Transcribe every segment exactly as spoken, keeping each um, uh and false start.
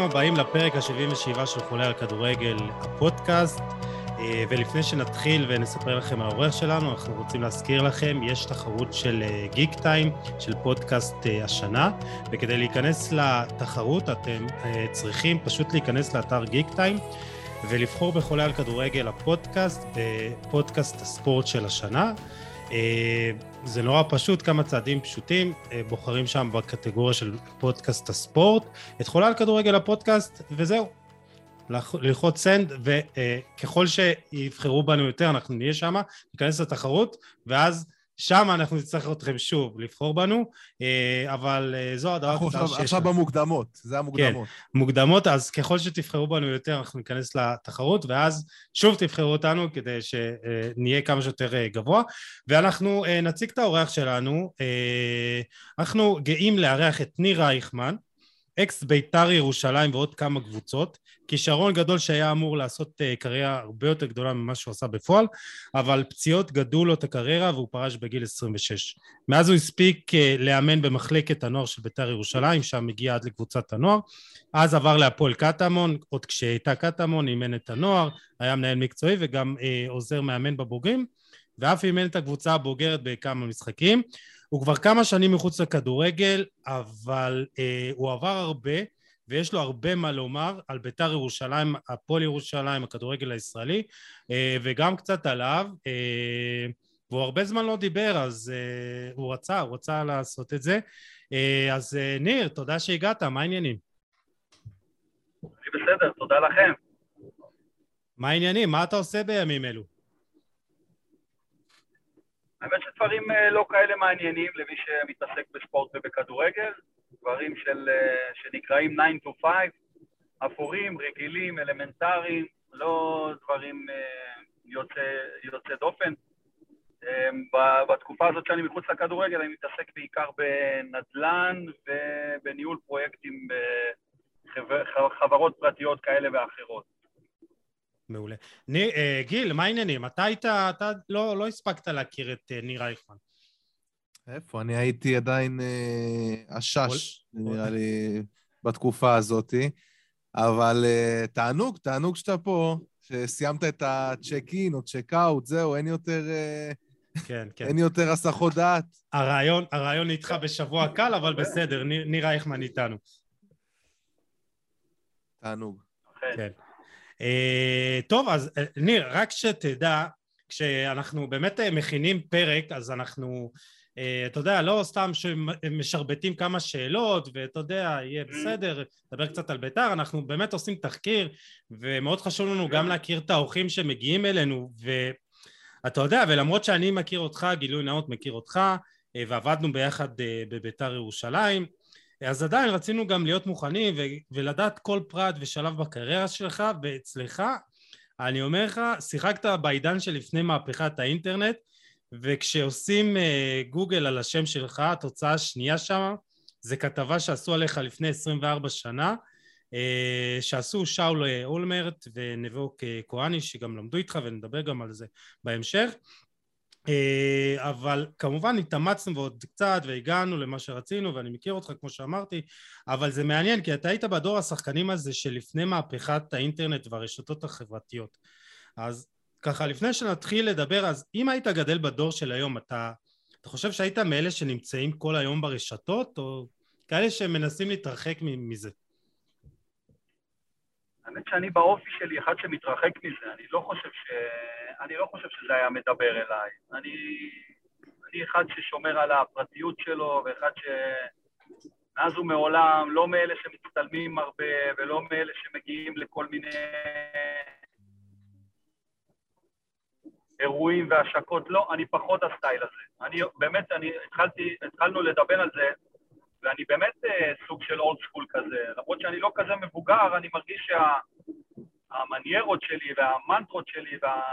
הבאים לפרק ה-שבעים ושבע של חולה על כדורגל, הפודקאסט. ולפני שנתחיל ונספר לכם על העורך שלנו, אנחנו רוצים להזכיר לכם, יש תחרות של גיק טיים, של פודקאסט השנה, וכדי להיכנס לתחרות אתם צריכים פשוט להיכנס לאתר גיק טיים, ולבחור בחולה על כדורגל הפודקאסט, בפודקאסט הספורט של השנה. זה נורא פשוט, כמה צעדים פשוטים, בוחרים שם בקטגוריה של פודקאסט הספורט, את חולה על כדורגל הפודקאסט, וזהו. ללחוץ סנד, וככל שיבחרו בנו יותר, אנחנו נהיה שם, ניכנס לתחרות, ואז שם אנחנו נצטרך אתכם שוב לבחור בנו, אבל זו הדבר קצר שיש. עכשיו במוקדמות, זה המוקדמות. כן, מוקדמות, אז ככל שתבחרו בנו יותר, אנחנו ניכנס לתחרות, ואז שוב תבחרו אותנו, כדי שנהיה כמה שיותר גבוה, ואנחנו נציג את האורח שלנו, אנחנו גאים לארח את ניר רייכמן, אקס בית"ר ירושלים ועוד כמה קבוצות, כישרון גדול שהיה אמור לעשות קריירה הרבה יותר גדולה ממה שהוא עשה בפועל, אבל פציעות גדלו לו את הקריירה והוא פרש בגיל עשרים ושש. מאז הוא הספיק לאמן במחלקת הנוער של בית"ר ירושלים, שם הגיע עד לקבוצת הנוער, אז עבר להפועל קטמון, עוד כשהייתה קטמון, אימן את הנוער, היה מנהל מקצועי וגם אה, עוזר מאמן בבוגרים, ואף אימן את הקבוצה הבוגרת בכמה משחקים. הוא כבר כמה שנים מחוץ לכדורגל, אבל אה, הוא עבר הרבה, ויש לו הרבה מה לומר על בית"ר ירושלים, הפועל ירושלים, הכדורגל הישראלי, אה, וגם קצת עליו, אה, והוא הרבה זמן לא דיבר, אז אה, הוא רצה, הוא רצה לעשות את זה. אה, אז אה, ניר, תודה שהגעת, מה העניינים? אני בסדר, תודה לכם. מה העניינים? מה אתה עושה בימים אלו? האמת שדברים לא כאלה מעניינים למי שמתעסק בספורט ובכדורגל, דברים של, שנקראים nine to five, אפורים, רגילים, אלמנטריים, לא דברים יוצא, יוצא דופן. בתקופה הזאת שאני מחוץ לכדורגל אני מתעסק בעיקר בנדל"ן ובניהול פרויקטים בחברות פרטיות כאלה ואחרות. מעולה. ניר, גיל, מה העניינים? אתה היית, אתה לא, לא הספקת להכיר את ניר רייכמן. איפה? אני הייתי עדיין אה, השש, נראה לי, בתקופה הזאת, אבל אה, תענוג, תענוג שאתה פה, שסיימת את הצ'ק-אין או צ'ק-אוט, זהו, אין יותר, אה, כן, כן. אין יותר הסחות דעת. הרעיון, הרעיון איתך בשבוע קל, אבל בסדר, ניר, ניר רייכמן איתנו. תענוג. כן. Uh, טוב, אז uh, ניר, רק שתדע, כשאנחנו באמת uh, מכינים פרק, אז אנחנו, uh, אתה יודע, לא סתם שמשרבטים כמה שאלות, ואתה יודע, יהיה בסדר, נדבר קצת על בית"ר, אנחנו באמת עושים תחקיר, ומאוד חשוב לנו גם להכיר את האורחים שמגיעים אלינו, ואתה יודע, ולמרות שאני מכיר אותך, גילוי נאות מכיר אותך, uh, ועבדנו ביחד uh, בבית"ר ירושלים, אז עדיין רצינו גם להיות מוכנים ו- ולדעת כל פרט ושלב בקריירה שלך, ואצלך, אני אומר לך, שיחקת בעידן שלפני מהפכת האינטרנט, וכשעושים uh, גוגל על השם שלך, התוצאה השנייה שם, זה כתבה שעשו עליך לפני עשרים וארבע שנה, uh, שעשו שאול אולמרט ונבו כהני, שגם למדו איתך, ונדבר גם על זה בהמשך, אבל כמובן התאמצנו ועוד קצת והגענו למה שרצינו ואני מכיר אותך כמו שאמרתי, אבל זה מעניין כי אתה היית בדור השחקנים הזה שלפני מהפכת האינטרנט והרשתות החברתיות. אז ככה לפני שנתחיל לדבר, אז אם היית גדל בדור של היום, אתה, אתה חושב שהיית מאלה שנמצאים כל היום ברשתות או כאלה שמנסים להתרחק מזה? האמת שאני באופי שלי אחד שמתרחק מזה, אני לא חושב ש... אני לא חושב שזה היה מדבר אליי. אני, אני אחד ששומר על הפרטיות שלו, ואחד שמאז ומעולם, לא מאלה שמצטלמים הרבה, ולא מאלה שמגיעים לכל מיני אירועים והשקות. לא, אני פחות הסטייל הזה. אני באמת, אני התחלתי, התחלנו לדבר על זה, ואני באמת סוג של אולד סקול כזה. למרות שאני לא כזה מבוגר, אני מרגיש שה... המניירות שלי והמנטרות שלי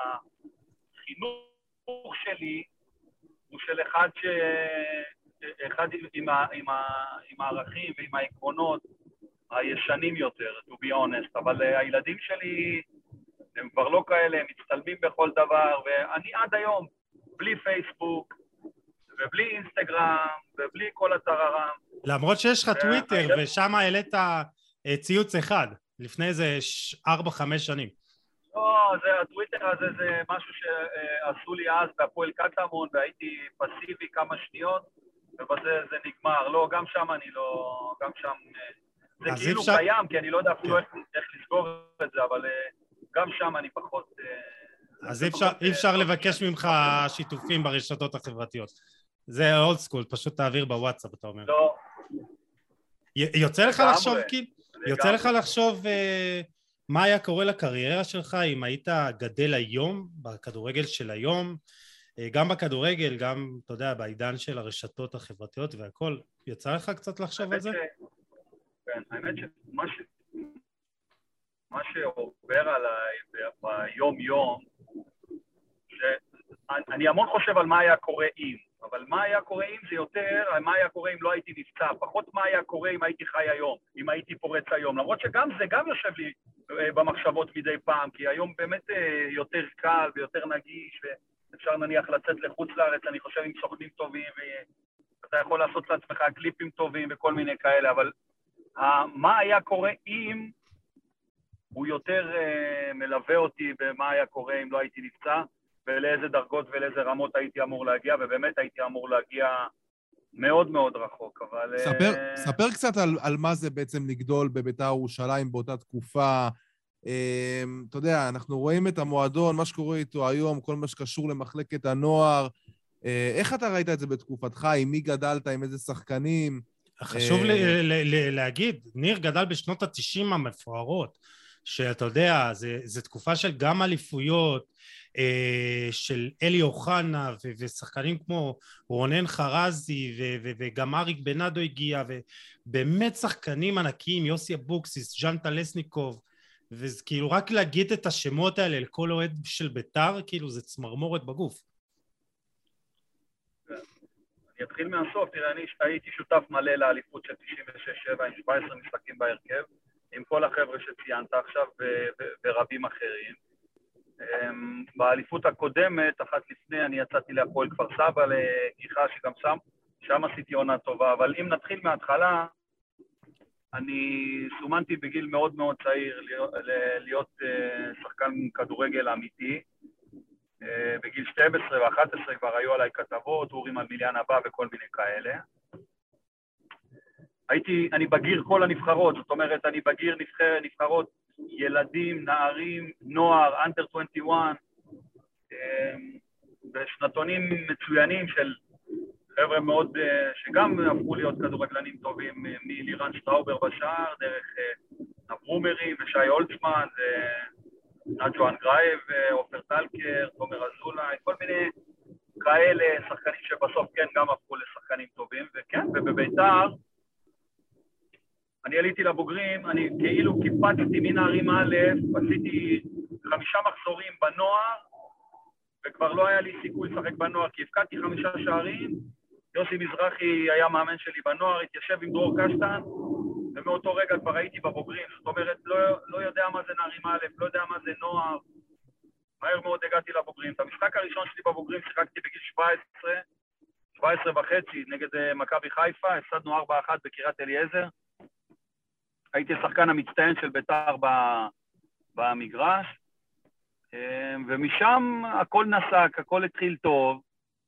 והחינוך שלי הוא של אחד ש... אחד עם, ה... עם, ה... עם הערכים ועם העקרונות הישנים יותר, to be honest, אבל הילדים שלי הם כבר לא כאלה, הם מצטלמים בכל דבר, ואני עד היום בלי פייסבוק ובלי אינסטגרם ובלי כל הטררם. למרות שיש לך טוויטר ושם העלית ציוץ אחד, לפני איזה ארבע חמש שנים. לא, זה הטוויטר הזה, זה משהו שעשו לי אז בהפועל קטמון, והייתי פסיבי כמה שניות, ובזה זה נגמר. לא, גם שם אני לא, גם שם, זה כאילו אפשר... קיים, כי אני לא יודע אפילו כן. איך, איך לסגור את זה, אבל גם שם אני פחות... אז אי אפשר, אי אפשר לבקש ממך שיתופים ברשתות החברתיות. זה אולד סקול, פשוט תעביר בוואטסאפ, אתה אומר. לא. יוצא לך לחשוב, כאילו? יוצא לך לחשוב מה היה קורה לקריירה שלך אם היית גדל היום, בכדורגל של היום, גם בכדורגל, גם, אתה יודע, בעידן של הרשתות החברתיות והכל. יצא לך קצת לחשוב על זה? כן, האמת שמה ש... מה שעובר עליי ביום-יום, שאני המון חושב על מה היה קורה אם, אבל מה היה קורה אם זה יותר, מה היה קורה אם לא הייתי נפצע, פחות מה היה קורה אם הייתי חי היום, אם הייתי פורץ היום, למרות שגם זה גם יושב לי במחשבות מדי פעם, כי היום באמת יותר קל ויותר נגיש, ואפשר נניח לצאת לחוץ לארץ, אני חושב עם סוכנים טובים, ואתה יכול לעשות לעצמך קליפים טובים וכל מיני כאלה, אבל מה היה קורה אם הוא יותר uh, מלווה אותי במה היה קורה אם לא הייתי נפצע, ולאיזה דרגות ולאיזה רמות הייתי אמור להגיע, ובאמת הייתי אמור להגיע מאוד מאוד רחוק, אבל... ספר, uh... ספר קצת על, על מה זה בעצם לגדול בבית"ר ירושלים באותה תקופה. Uh, אתה יודע, אנחנו רואים את המועדון, מה שקורה איתו היום, כל מה שקשור למחלקת הנוער. Uh, איך אתה ראית את זה בתקופתך? עם מי גדלת? עם איזה שחקנים? חשוב uh... ל- ל- ל- להגיד, ניר גדל בשנות ה-תשעים המפוארות. שאתה יודע, זה, זה תקופה של גם אליפויות, אה, של אלי אוחנה, ו, ושחקנים כמו רונן חרזי, ו, ו, וגם אריק בנאדו הגיע, ובאמת שחקנים ענקיים, יוסי אבוקסיס, ז'אן טלסניקוב, וכאילו רק להגיד את השמות האלה לכל אוהד של בית"ר, כאילו זה צמרמורת בגוף. אני אתחיל מהסוף, תראה, אני הייתי שותף מלא לאליפות של תשעים ושש שבע עם שבעה עשר משחקים בהרכב, עם כל החבר'ה שציינת עכשיו ורבים אחרים. באליפות הקודמת, אחת לפני, אני יצאתי להפועל כפר סבא לגיחה שגם שם, שם עשיתי עונה טובה, אבל אם נתחיל מההתחלה, אני סומנתי בגיל מאוד מאוד צעיר להיות, להיות שחקן כדורגל אמיתי. בגיל שתים עשרה ו-אחת עשרה כבר היו עליי כתבות, אורים על מיליאן הבא וכל מיני כאלה. הייתי, אני בגיר כל הנבחרות, זאת אומרת, אני בגיר נבחר, נבחרות ילדים, נערים, נוער, אנדר עשרים ואחת, בשנתונים מצוינים של חבר'ה מאוד, שגם הפכו להיות כדורגלנים טובים, מלירן שטראובר בשער, דרך אברומרי ושי אולצמן, נג'ואן גרייב, אופר טלקר, תומר אזולאי, כל מיני כאלה שחקנים שבסוף כן גם הפכו לשחקנים טובים, וכן, ובבית"ר, אני עליתי לבוגרים, אני כאילו קיפצתי מנערים א', עשיתי חמישה מחזורים בנוער, וכבר לא היה לי סיכוי לשחק בנוער, כי הפקדתי חמישה שערים, יוסי מזרחי היה מאמן שלי בנוער, התיישב עם דרור קשטן, ומאותו רגע כבר הייתי בבוגרים, זאת אומרת, לא, לא יודע מה זה נערים א', לא יודע מה זה נוער, מהר מאוד הגעתי לבוגרים. את המשחק הראשון שלי בבוגרים שיחקתי בגיל שבע עשרה, שבע עשרה וחצי נגד מכבי חיפה, הפסדנו ארבע אחת בקריית אליעזר, הייתי השחקן המצטיין של בית"ר במגרש, ומשם הכל נסק, הכל התחיל טוב.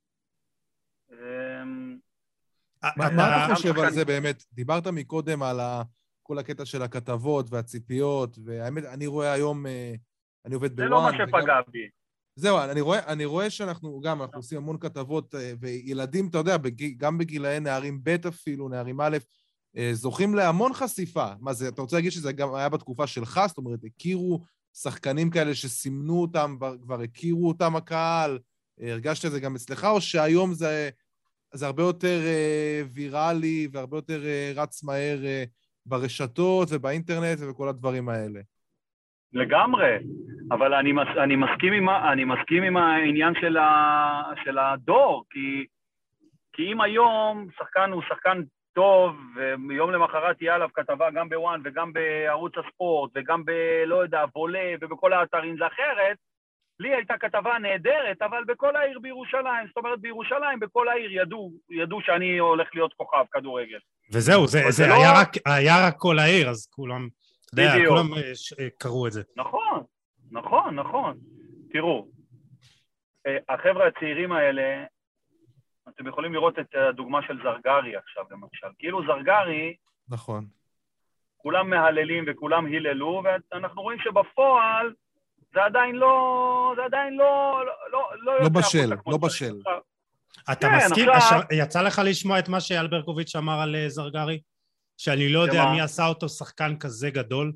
מה אתה חושב על זה באמת? דיברת מקודם על כל הקטע של הכתבות והציפיות, והאמת, אני רואה היום, אני עובד בוואן. זה לא מה שפגע בי. זהו, אני רואה, אני רואה שאנחנו גם, אנחנו עושים המון כתבות, וילדים, אתה יודע, גם בגילאי נערים ב' אפילו, נערים א', זוכים להמון חשיפה. מה זה, אתה רוצה להגיד שזה גם היה בתקופה שלך? זאת אומרת, הכירו שחקנים כאלה שסימנו אותם, כבר הכירו אותם הקהל, הרגשת את זה גם אצלך, או שהיום זה, זה הרבה יותר ויראלי, והרבה יותר רץ מהר ברשתות ובאינטרנט ובכל הדברים האלה? לגמרי, אבל אני, מס, אני, מסכים עם, אני מסכים עם העניין של, ה, של הדור, כי, כי אם היום שחקן הוא שחקן טוב, ויום למחרת תהיה עליו כתבה גם בוואן וגם בערוץ הספורט וגם ב, לא יודע, בולה ובכל האתרים זה אחרת, לי הייתה כתבה נהדרת, אבל בכל העיר בירושלים, זאת אומרת בירושלים, בכל העיר ידעו, ידעו שאני הולך להיות כוכב כדורגל. וזהו, זה, זה זה היה, לא... רק, היה רק כל העיר, אז כולם, אתה יודע, בדיוק. כולם קראו את זה. נכון, נכון, נכון. תראו, החבר'ה הצעירים האלה, אתם יכולים לראות את הדוגמה של זרגרי עכשיו, למשל. כאילו זרגרי, נכון. כולם מהללים וכולם היללו, ואנחנו רואים שבפועל זה עדיין לא, זה עדיין לא, לא, לא, לא בשל, לא בשל. אתה מסכים? יצא לך לשמוע את מה שאייל ברקוביץ' אמר על זרגרי? שאני לא יודע מי עשה אותו שחקן כזה גדול?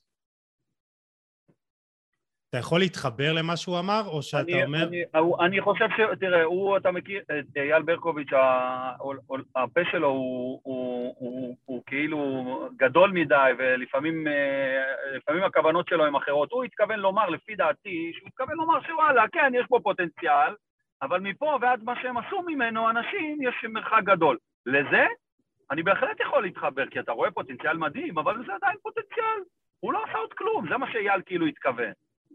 אתה יכול להתחבר למה שהוא אמר, או שאתה אומר... אני חושב ש... תראה, הוא, אתה מכיר, אייל ברקוביץ', הפה שלו הוא כאילו גדול מדי, ולפעמים הכוונות שלו הן אחרות. הוא התכוון לומר, לפי דעתי, שהוא התכוון לומר שוואלה, כן, יש פה פוטנציאל, אבל מפה ועד מה שהם עשו ממנו, אנשים, יש מרחק גדול. לזה, אני בהחלט יכול להתחבר, כי אתה רואה פוטנציאל מדהים, אבל זה עדיין פוטנציאל. הוא לא עשה עוד כלום, זה מה שאייל כאילו התכוון.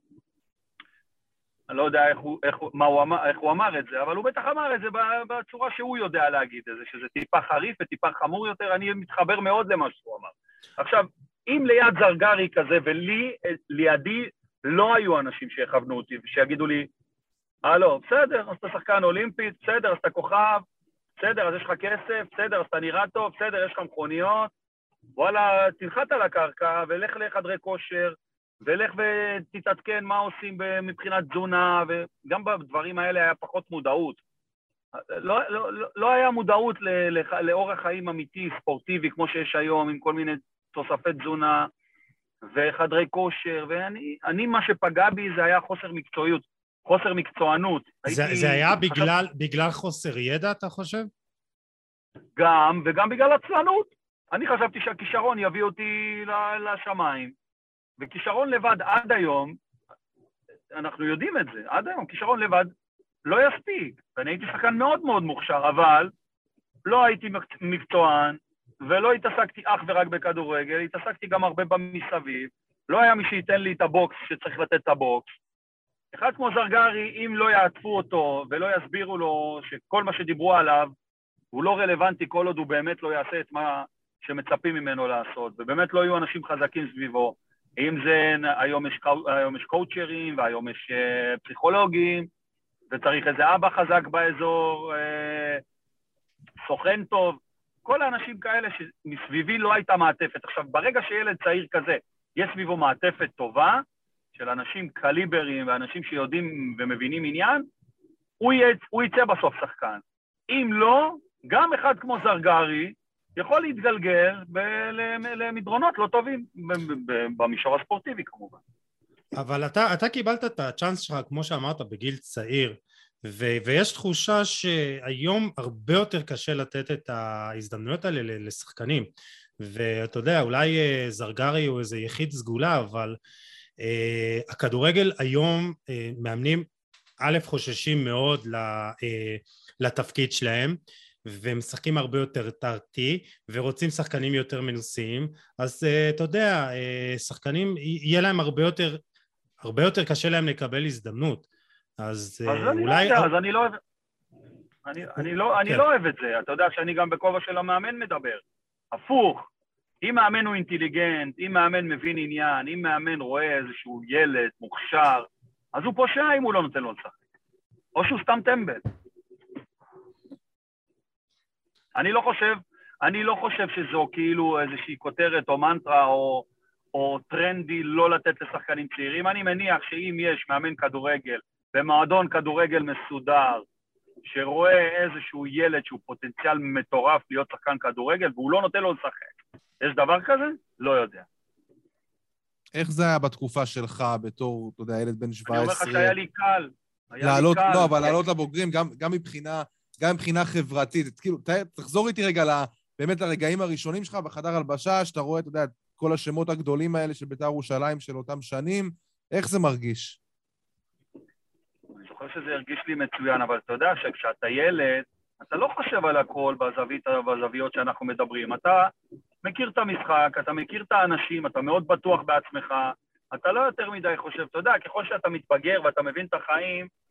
אני לא יודע איך הוא, איך, מה הוא אמר, איך הוא אמר את זה, אבל הוא בטח אמר את זה בצורה שהוא יודע להגיד את זה, שזה טיפה חריף וטיפה חמור יותר, אני מתחבר מאוד למה שהוא אמר. עכשיו, אם ליד זרגרי כזה, ולי, לידי, לא היו אנשים שיכוונו אותי, שיגידו לי, הלו, בסדר, אז אתה שחקן אולימפית, בסדר, אז אתה כוכב, בסדר, אז יש לך כסף, בסדר, אז אתה נראה טוב, בסדר, יש לך מכוניות, וואלה, תנחת על הקרקע, ולך לחדרי כושר, ולך ותתעדכן מה עושים מבחינת תזונה, וגם בדברים האלה היה פחות מודעות. לא, לא, לא היה מודעות לאורח חיים אמיתי, ספורטיבי, כמו שיש היום, עם כל מיני תוספי תזונה, וחדרי כושר, ואני, אני, מה שפגע בי זה היה חוסר מקצועיות, חוסר מקצוענות. זה, הייתי, זה היה בגלל, חשב... בגלל חוסר ידע, אתה חושב? גם, וגם בגלל עצלנות. אני חשבתי שהכישרון יביא אותי לשמיים, וכישרון לבד עד היום, אנחנו יודעים את זה, עד היום, כישרון לבד לא יספיק. ואני הייתי שחקן מאוד מאוד מוכשר, אבל לא הייתי מקצוען, ולא התעסקתי אך ורק בכדורגל, התעסקתי גם הרבה במסביב, לא היה מי שייתן לי את הבוקס שצריך לתת את הבוקס. אחד כמו זרגרי, אם לא יעטפו אותו ולא יסבירו לו שכל מה שדיברו עליו הוא לא רלוונטי כל עוד הוא באמת לא יעשה את מה שמצפים ממנו לעשות, ובאמת לא יהיו אנשים חזקים סביבו. אם זה, היום יש, היום יש קואוצ'רים, והיום יש uh, פסיכולוגים, וצריך איזה אבא חזק באזור, uh, סוכן טוב, כל האנשים כאלה שמסביבי לא הייתה מעטפת. עכשיו, ברגע שילד צעיר כזה, יש סביבו מעטפת טובה, של אנשים קליברים ואנשים שיודעים ומבינים עניין, הוא, יצ, הוא יצא בסוף שחקן. אם לא, גם אחד כמו זרגרי, יכול להתגלגל למדרונות לא טובים, במישור הספורטיבי כמובן. אבל אתה, אתה קיבלת את הצ'אנס שלך, כמו שאמרת, בגיל צעיר, ו- ויש תחושה שהיום הרבה יותר קשה לתת את ההזדמנויות האלה לשחקנים, ואתה יודע, אולי זרגרי הוא איזה יחיד סגולה, אבל uh, הכדורגל היום uh, מאמנים א' חוששים מאוד לתפקיד שלהם, ומשחקים הרבה יותר תרתי, ורוצים שחקנים יותר מנוסים, אז uh, אתה יודע, uh, שחקנים, יהיה להם הרבה יותר, הרבה יותר קשה להם לקבל הזדמנות. אז, אז uh, אני אולי... לא יודע, אז אני לא אוהב... אני, אני, לא, אני כן. לא אוהב את זה, אתה יודע שאני גם בכובע של המאמן מדבר. הפוך, אם מאמן הוא אינטליגנט, אם מאמן מבין עניין, אם מאמן רואה איזשהו ילד מוכשר, אז הוא פושע אם הוא לא נותן לו לשחק. או שהוא סתם טמבל. אני לא חושב, אני לא חושב שזו כאילו איזושהי כותרת או מנטרה או, או טרנדי לא לתת לשחקנים צעירים. אני מניח שאם יש מאמן כדורגל במועדון כדורגל מסודר, שרואה איזשהו ילד שהוא פוטנציאל מטורף להיות שחקן כדורגל, והוא לא נותן לו לשחק. יש דבר כזה? לא יודע. איך זה היה בתקופה שלך בתור, אתה יודע, ילד בן שבע עשרה? אני אומר לך שהיה לי קל. היה לעלות, לי קל. לא, אבל לעלות לבוגרים, גם, גם מבחינה... גם מבחינה חברתית, כאילו, תחזור איתי רגע באמת לרגעים הראשונים שלך בחדר הלבשה, שאתה רואה, אתה יודע, את כל השמות הגדולים האלה של בית"ר ירושלים של אותם שנים, איך זה מרגיש? אני זוכר שזה הרגיש לי מצוין, אבל אתה יודע שכשאתה ילד, אתה לא חושב על הכל בזווית, בזוויות שאנחנו מדברים, אתה מכיר את המשחק, אתה מכיר את האנשים, אתה מאוד בטוח בעצמך, אתה לא יותר מדי חושב, אתה יודע, ככל שאתה מתבגר ואתה מבין את החיים,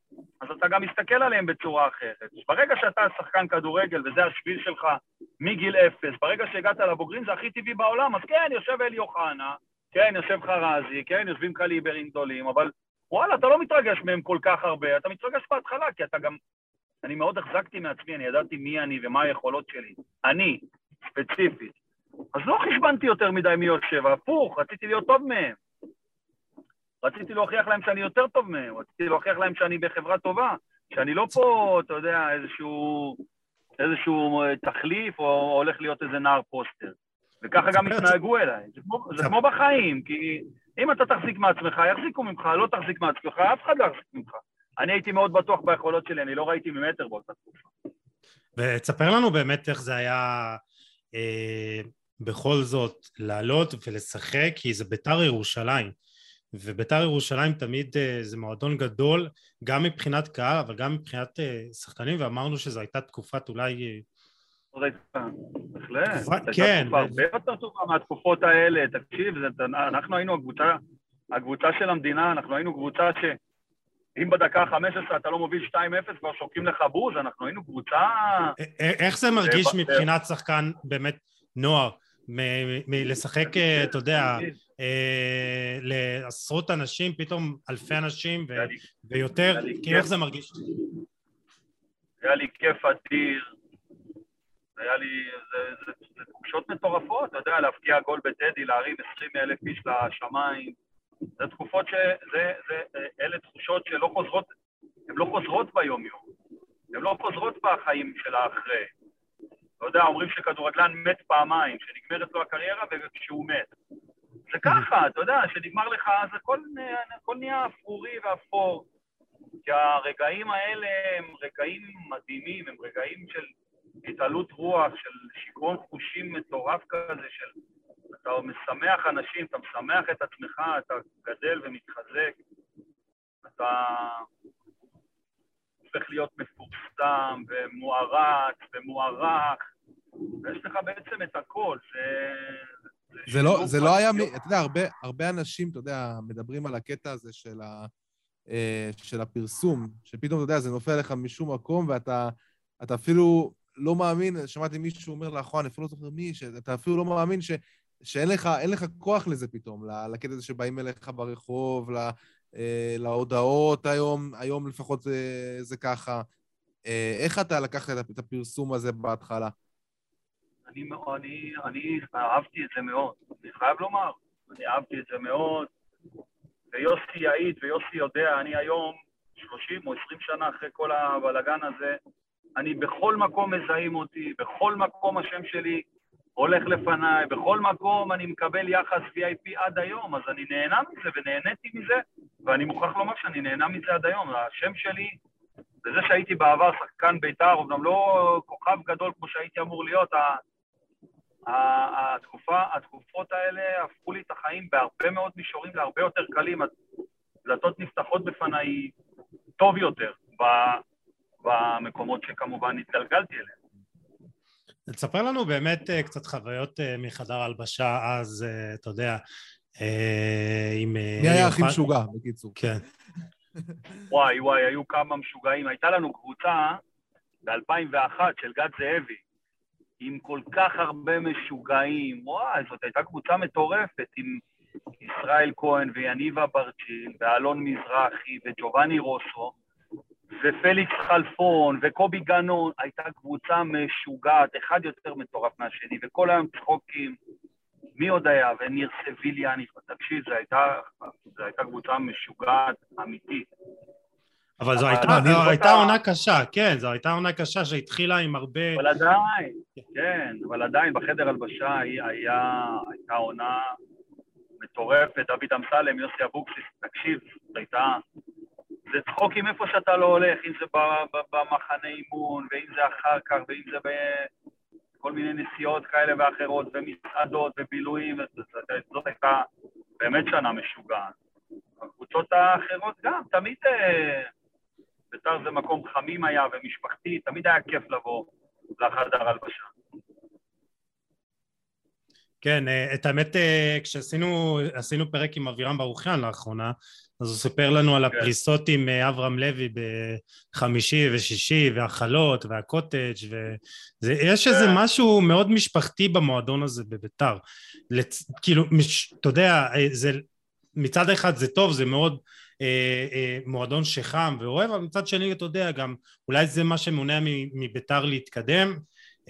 אז אתה גם מסתכל עליהם בצורה אחרת. ברגע שאתה שחקן כדורגל, וזה השביל שלך מגיל אפס, ברגע שהגעת לבוגרים זה הכי טבעי בעולם, אז כן, יושב אלי אוחנה, כן, יושב חרזי, כן, יושבים קליברים גדולים, אבל וואלה, אתה לא מתרגש מהם כל כך הרבה, אתה מתרגש בהתחלה, כי אתה גם, אני מאוד החזקתי מעצמי, אני ידעתי מי אני ומה היכולות שלי. אני, ספציפית. אז לא חשבנתי יותר מדי מי יושב, הפוך, רציתי להיות טוב מהם. רציתי להוכיח להם שאני יותר טוב מהם, רציתי להוכיח להם שאני בחברה טובה, שאני לא פה, אתה יודע, איזשהו, איזשהו תחליף, או הולך להיות איזה נער פוסטר. וככה גם התנהגו אליי. זה כמו, זה כמו בחיים, כי אם אתה תחזיק מעצמך, יחזיקו ממך, לא תחזיק מעצמך, אף אחד לא יחזיק ממך. אני הייתי מאוד בטוח ביכולות שלי, אני לא ראיתי ממטר באותה תקופה. ותספר לנו באמת איך זה היה אה, בכל זאת לעלות ולשחק, כי זה בית"ר ירושלים. ובית"ר ירושלים תמיד זה מועדון גדול, גם מבחינת קהל, אבל גם מבחינת שחקנים, ואמרנו שזו הייתה תקופת אולי... בהחלט, הייתה תקופה הרבה יותר טובה מהתקופות האלה, תקשיב, אנחנו היינו הקבוצה, הקבוצה של המדינה, אנחנו היינו קבוצה שאם בדקה ה-חמש עשרה אתה לא מוביל שתיים אפס כבר שוקים לך בוז, אנחנו היינו קבוצה... איך זה מרגיש מבחינת שחקן באמת נוער? מלשחק, אתה יודע, לעשרות אנשים, פתאום אלפי אנשים ויותר, כאילו איך זה מרגיש? היה לי כיף אדיר, היה לי, זה תחושות מטורפות, אתה יודע, להפקיע גול בטדי, להרים עשרים אלף איש לשמיים, זה תקופות שזה, אלה תחושות שלא חוזרות, הן לא חוזרות ביום יום, הן לא חוזרות בחיים של האחרי. אתה יודע, אומרים שכדורגלן מת פעמיים, שנגמרת לו הקריירה וכשהוא מת. זה ככה, אתה יודע, שנגמר לך, אז הכל, הכל נהיה אפרורי ואפור. כי הרגעים האלה הם רגעים מדהימים, הם רגעים של התעלות רוח, של שיכרון חושים מטורף כזה, של אתה משמח אנשים, אתה משמח את עצמך, אתה גדל ומתחזק, אתה הופך להיות מפורסם ומוערץ ומוערך, ויש לך בעצם את הכל, זה... זה לא, זה לא היה, אתה יודע, הרבה, הרבה אנשים, אתה יודע, מדברים על הקטע הזה של ה, של הפרסום, שפתאום, אתה יודע, זה נופל לך משום מקום, ואתה, אתה אפילו לא מאמין, שמעתי מישהו אומר לאחרונה, אני אפילו לא זוכר מי, שאתה אפילו לא מאמין ש, שאין לך, אין לך כוח לזה פתאום, לקטע הזה שבאים אליך ברחוב, לה, להודעות היום, היום לפחות זה, זה ככה. איך אתה לקחת את הפרסום הזה בהתחלה? אני, אני, אני אהבתי את זה מאוד, אני חייב לומר, אני אהבתי את זה מאוד, ויוסי יעיד ויוסי יודע, אני היום שלושים או עשרים שנה אחרי כל הבלגן הזה, אני בכל מקום מזהים אותי, בכל מקום השם שלי הולך לפניי, בכל מקום אני מקבל יחס וי איי פי עד היום, אז אני נהנה מזה ונהניתי מזה, ואני מוכרח לומר שאני נהנה מזה עד היום, השם שלי, וזה שהייתי בעבר שחקן בית"ר, אומנם לא כוכב גדול כמו שהייתי אמור להיות, התקופה, התקופות האלה הפכו לי את החיים בהרבה מאוד מישורים להרבה יותר קלים, הדלתות נפתחות בפניי טוב יותר במקומות שכמובן התגלגלתי אליהם. תספר לנו באמת קצת חוויות מחדר הלבשה, אז אתה יודע, עם... מי היה הכי משוגע, בקיצור? כן. וואי וואי, היו כמה משוגעים, הייתה לנו קבוצה ב-אלפיים ואחת של גד זאבי, עם כל כך הרבה משוגעים, וואי, זאת הייתה קבוצה מטורפת, עם ישראל כהן ויניבה ברצ'יל, ואלון מזרחי, וג'ובני רוסו, ופליקס חלפון, וקובי גנון, הייתה קבוצה משוגעת, אחד יותר מטורף מהשני, וכל היום צחוקים, מי עוד היה? וניר סביליאני, תקשיב, זו הייתה, זו הייתה קבוצה משוגעת אמיתית. אבל זו הייתה, זו הייתה עונה קשה, כן, זו הייתה עונה קשה שהתחילה עם הרבה... אבל עדיין, כן, אבל עדיין בחדר הלבשה היה, הייתה עונה מטורפת, דוד אמסלם, יוסי אבוקסיס, תקשיב, זו הייתה... זה צחוקים איפה שאתה לא הולך, אם זה במחנה אימון, ואם זה אחר כך, ואם זה בכל מיני נסיעות כאלה ואחרות, ומסעדות ובילויים, זאת הייתה באמת שנה משוגעת. הקבוצות האחרות גם, תמיד... בית"ר זה מקום חמים היה ומשפחתי, תמיד היה כיף לבוא לחדר הלבשה. כן, את האמת, כשעשינו עשינו פרק עם אבירם ברוכיאן לאחרונה, אז הוא סיפר לנו על הפריסות עם אברהם לוי בחמישי ושישי, והחלות והקוטג' ויש איזה משהו מאוד משפחתי במועדון הזה בביתר. כאילו, אתה יודע, מצד אחד זה טוב, זה מאוד מועדון שחם ואוהב, אבל מצד שני, אתה יודע, גם אולי זה מה שמונע מביתר להתקדם.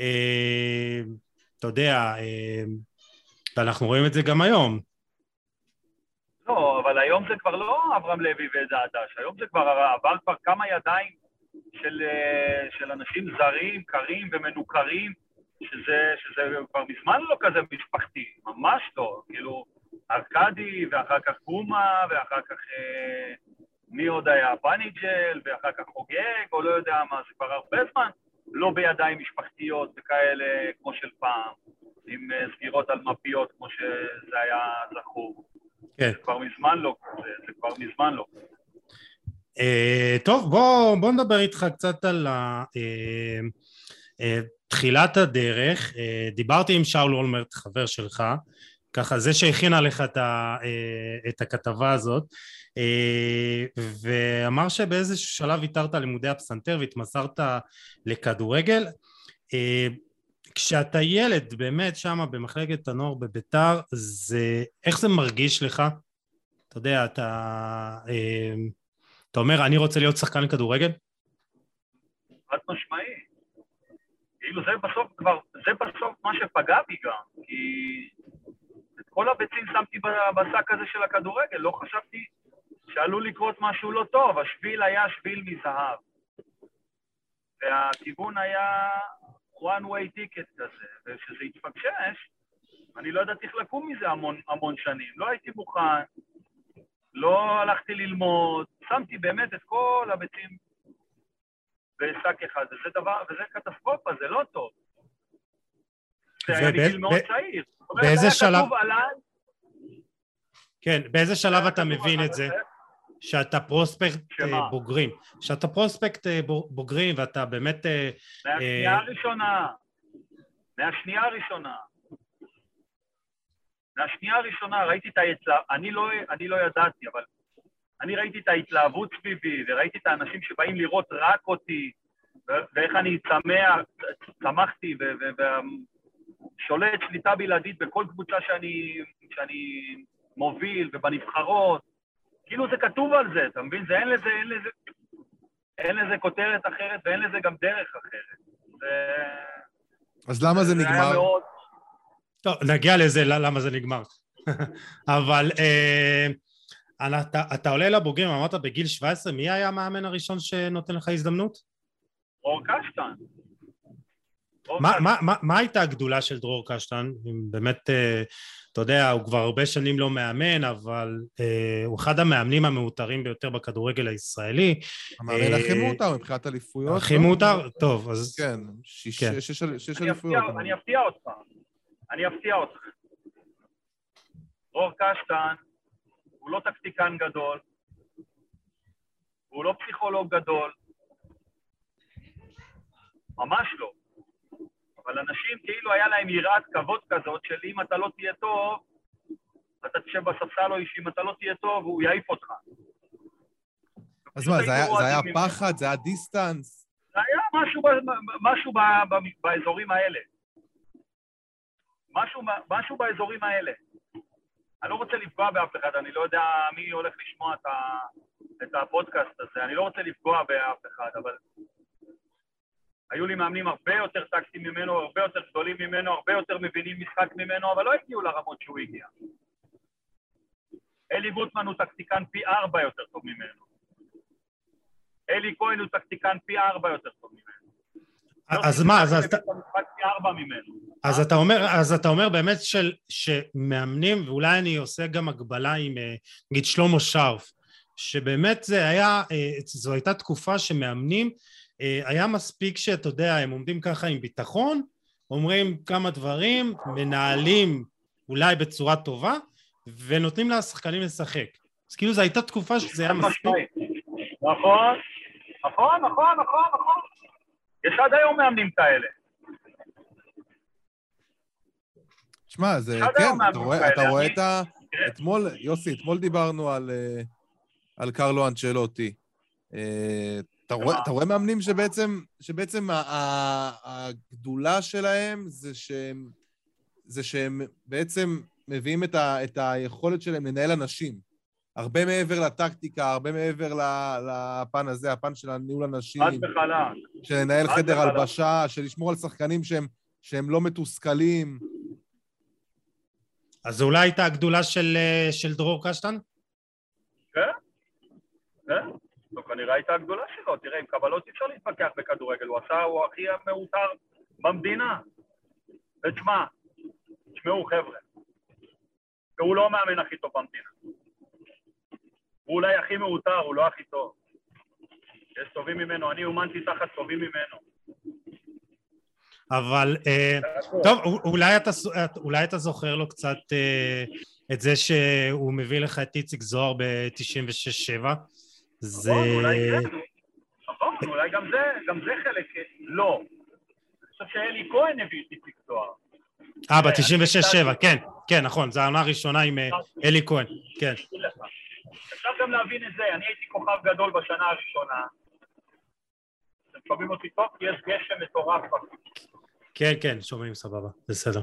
אתה יודע, ואנחנו רואים את זה גם היום. לא, אבל היום זה כבר לא אברהם לוי ודעדש, היום זה כבר עבר כבר כמה ידיים של, של אנשים זרים, קרים ומנוכרים, שזה, שזה כבר מזמן לא כזה משפחתי, ממש לא, כאילו ארקדי ואחר כך קומה ואחר כך אה, מי עוד היה, פניג'ל ואחר כך חוגג או לא יודע מה, זה כבר הרבה זמן לא בידיים משפחתיות וכאלה כמו של פעם, עם סגירות על מפיות כמו שזה היה זכור. כן. זה כבר מזמן לא כזה, זה כבר מזמן לא כזה. Uh, טוב, בוא, בוא נדבר איתך קצת על ה, uh, uh, תחילת הדרך. Uh, דיברתי עם שאול אולמרט, חבר שלך, ככה זה שהכין עליך את, ה, uh, את הכתבה הזאת, uh, ואמר שבאיזשהו שלב ויתרת לימודי הפסנתר והתמסרת לכדורגל. Uh, כשאתה ילד באמת שם במחלקת הנוער בביתר, זה, איך זה מרגיש לך? אתה יודע, אתה... Uh, אתה אומר, אני רוצה להיות שחקן כדורגל? חד משמעי. כאילו זה בסוף כבר, זה בסוף מה שפגע בי גם, כי את כל הביצים שמתי בשק הזה של הכדורגל, לא חשבתי שעלול לקרות משהו לא טוב, השביל היה שביל מזהב. והכיוון היה one way ticket כזה, וכשזה התפקשש, אני לא ידעתי איך לקום מזה המון, המון שנים, לא הייתי מוכן, לא הלכתי ללמוד, שמתי באמת את כל הביצים בשק אחד, וזה דבר, וזה קטסטרופה, זה לא טוב. זה היה בגיל מאוד צעיר. באיזה שלב... כן, באיזה שלב אתה מבין את זה? שאתה פרוספקט בוגרים. שאתה פרוספקט בוגרים ואתה באמת... מהשנייה הראשונה. מהשנייה הראשונה. מהשנייה הראשונה ראיתי את ההתלהבות, אני לא, אני לא ידעתי, אבל אני ראיתי את ההתלהבות סביבי, וראיתי את האנשים שבאים לראות רק אותי, ואיך אני צמח, צמחתי, ושולט שליטה בלעדית בכל קבוצה שאני, שאני מוביל, ובנבחרות. כאילו זה כתוב על זה, אתה מבין? זה אין לזה, אין לזה, אין לזה כותרת אחרת, ואין לזה גם דרך אחרת. זה... אז למה זה, זה נגמר? מאוד... טוב, נגיע לזה, למה זה נגמר. אבל אה, אתה, אתה עולה לבוגרים, אמרת בגיל שבע עשרה, מי היה המאמן הראשון שנותן לך הזדמנות? דרור קשטן. מה, מה, מה, מה הייתה הגדולה של דרור קשטן? באמת, אה, אתה יודע, הוא כבר הרבה שנים לא מאמן, אבל אה, הוא אחד המאמנים המאותרים ביותר בכדורגל הישראלי. המאמן אה, הכי מאותר מבחינת אליפויות. הכי מאותר? טוב, אז... כן, שש, כן. שש, שש, שש אליפויות. אני אפתיע אותך. אני אפתיע אותך. דרור קשטן הוא לא טקטיקן גדול, הוא לא פסיכולוג גדול, ממש לא. אבל אנשים כאילו היה להם יראת כבוד כזאת של אם אתה לא תהיה טוב, אתה תשב בספסל או איש, אם אתה לא תהיה טוב, הוא יעיף אותך. אז מה, זה היה, זה היה פחד? זה היה דיסטנס? זה היה משהו, משהו ב, ב, באזורים האלה. משהו, משהו באזורים האלה. אני לא רוצה לפגוע באף אחד, אני לא יודע מי הולך לשמוע את, ה, את הפודקאסט הזה, אני לא רוצה לפגוע באף אחד, אבל היו לי מאמנים הרבה יותר טקטיים ממנו, הרבה יותר גדולים ממנו, הרבה יותר מבינים משחק ממנו, אבל לא הגיעו לרמות שהוא הגיע. אלי גוטמן הוא טקטיקן פי ארבע יותר טוב ממנו. אלי כהן הוא טקטיקן פי ארבע יותר טוב ממנו. אז מה, אז אתה... אז אתה אומר, אז אתה אומר באמת של, שמאמנים, ואולי אני עושה גם הגבלה עם, נגיד, שלמה שרף, שבאמת זה היה, זו הייתה תקופה שמאמנים, היה מספיק שאתה יודע, הם עומדים ככה עם ביטחון, אומרים כמה דברים, מנהלים אולי בצורה טובה, ונותנים לשחקנים לשחק. אז כאילו זו הייתה תקופה שזה היה מספיק. נכון, נכון, נכון, נכון, נכון. יש עד היום מאמנים כאלה. שמע, זה אחד כן, היום אתה רואה, מהמאמן אתה האלה, רואה אני- את ה... כן. אתמול, יוסי, אתמול דיברנו על, אה, על קרלו אנצ'לוטי. אה, אתה רואה, שמה? אתה רואה מאמנים שבעצם, שבעצם ה- ה- הגדולה שלהם זה שהם, זה שהם בעצם מביאים את, ה, את היכולת שלהם לנהל אנשים. הרבה מעבר לטקטיקה, הרבה מעבר ל- לפן הזה, הפן של הניהול אנשים, חד וחלק. של לנהל חד חדר וחלק. הלבשה, של לשמור על שחקנים שהם, שהם לא מתוסכלים. אז זו אולי הייתה הגדולה של, אה, של דרור קשטן? כן, כן. זו כנראה הייתה הגדולה שלו. תראה, עם קבלות אי אפשר להתווכח בכדורגל. הוא עשה, הוא הכי מעוטר במדינה. ותשמע, תשמעו חבר'ה, והוא לא המאמן הכי טוב במדינה. הוא אולי הכי מעוטר, הוא לא הכי טוב. יש טובים ממנו, אני אומנתי תחת טובים ממנו. אבל אה, טוב, אולי אתה, אולי אתה זוכר לו קצת אה, את זה שהוא מביא לך את איציק זוהר ב-תשעים ושש שבע. זה... נכון, אולי כן. נכון, אולי גם זה, גם זה חלק, לא. אני חושב שאלי כהן הביא את איציק זוהר. אה, ב-תשעים ושש שבע, כן, כן, נכון, זו העונה הראשונה עם אה, אלי כהן, כן. אפשר גם להבין את זה, אני הייתי כוכב גדול בשנה הראשונה. אתם שומעים אותי טוב? כי יש גשם מטורף. כן, כן, שומעים סבבה, בסדר.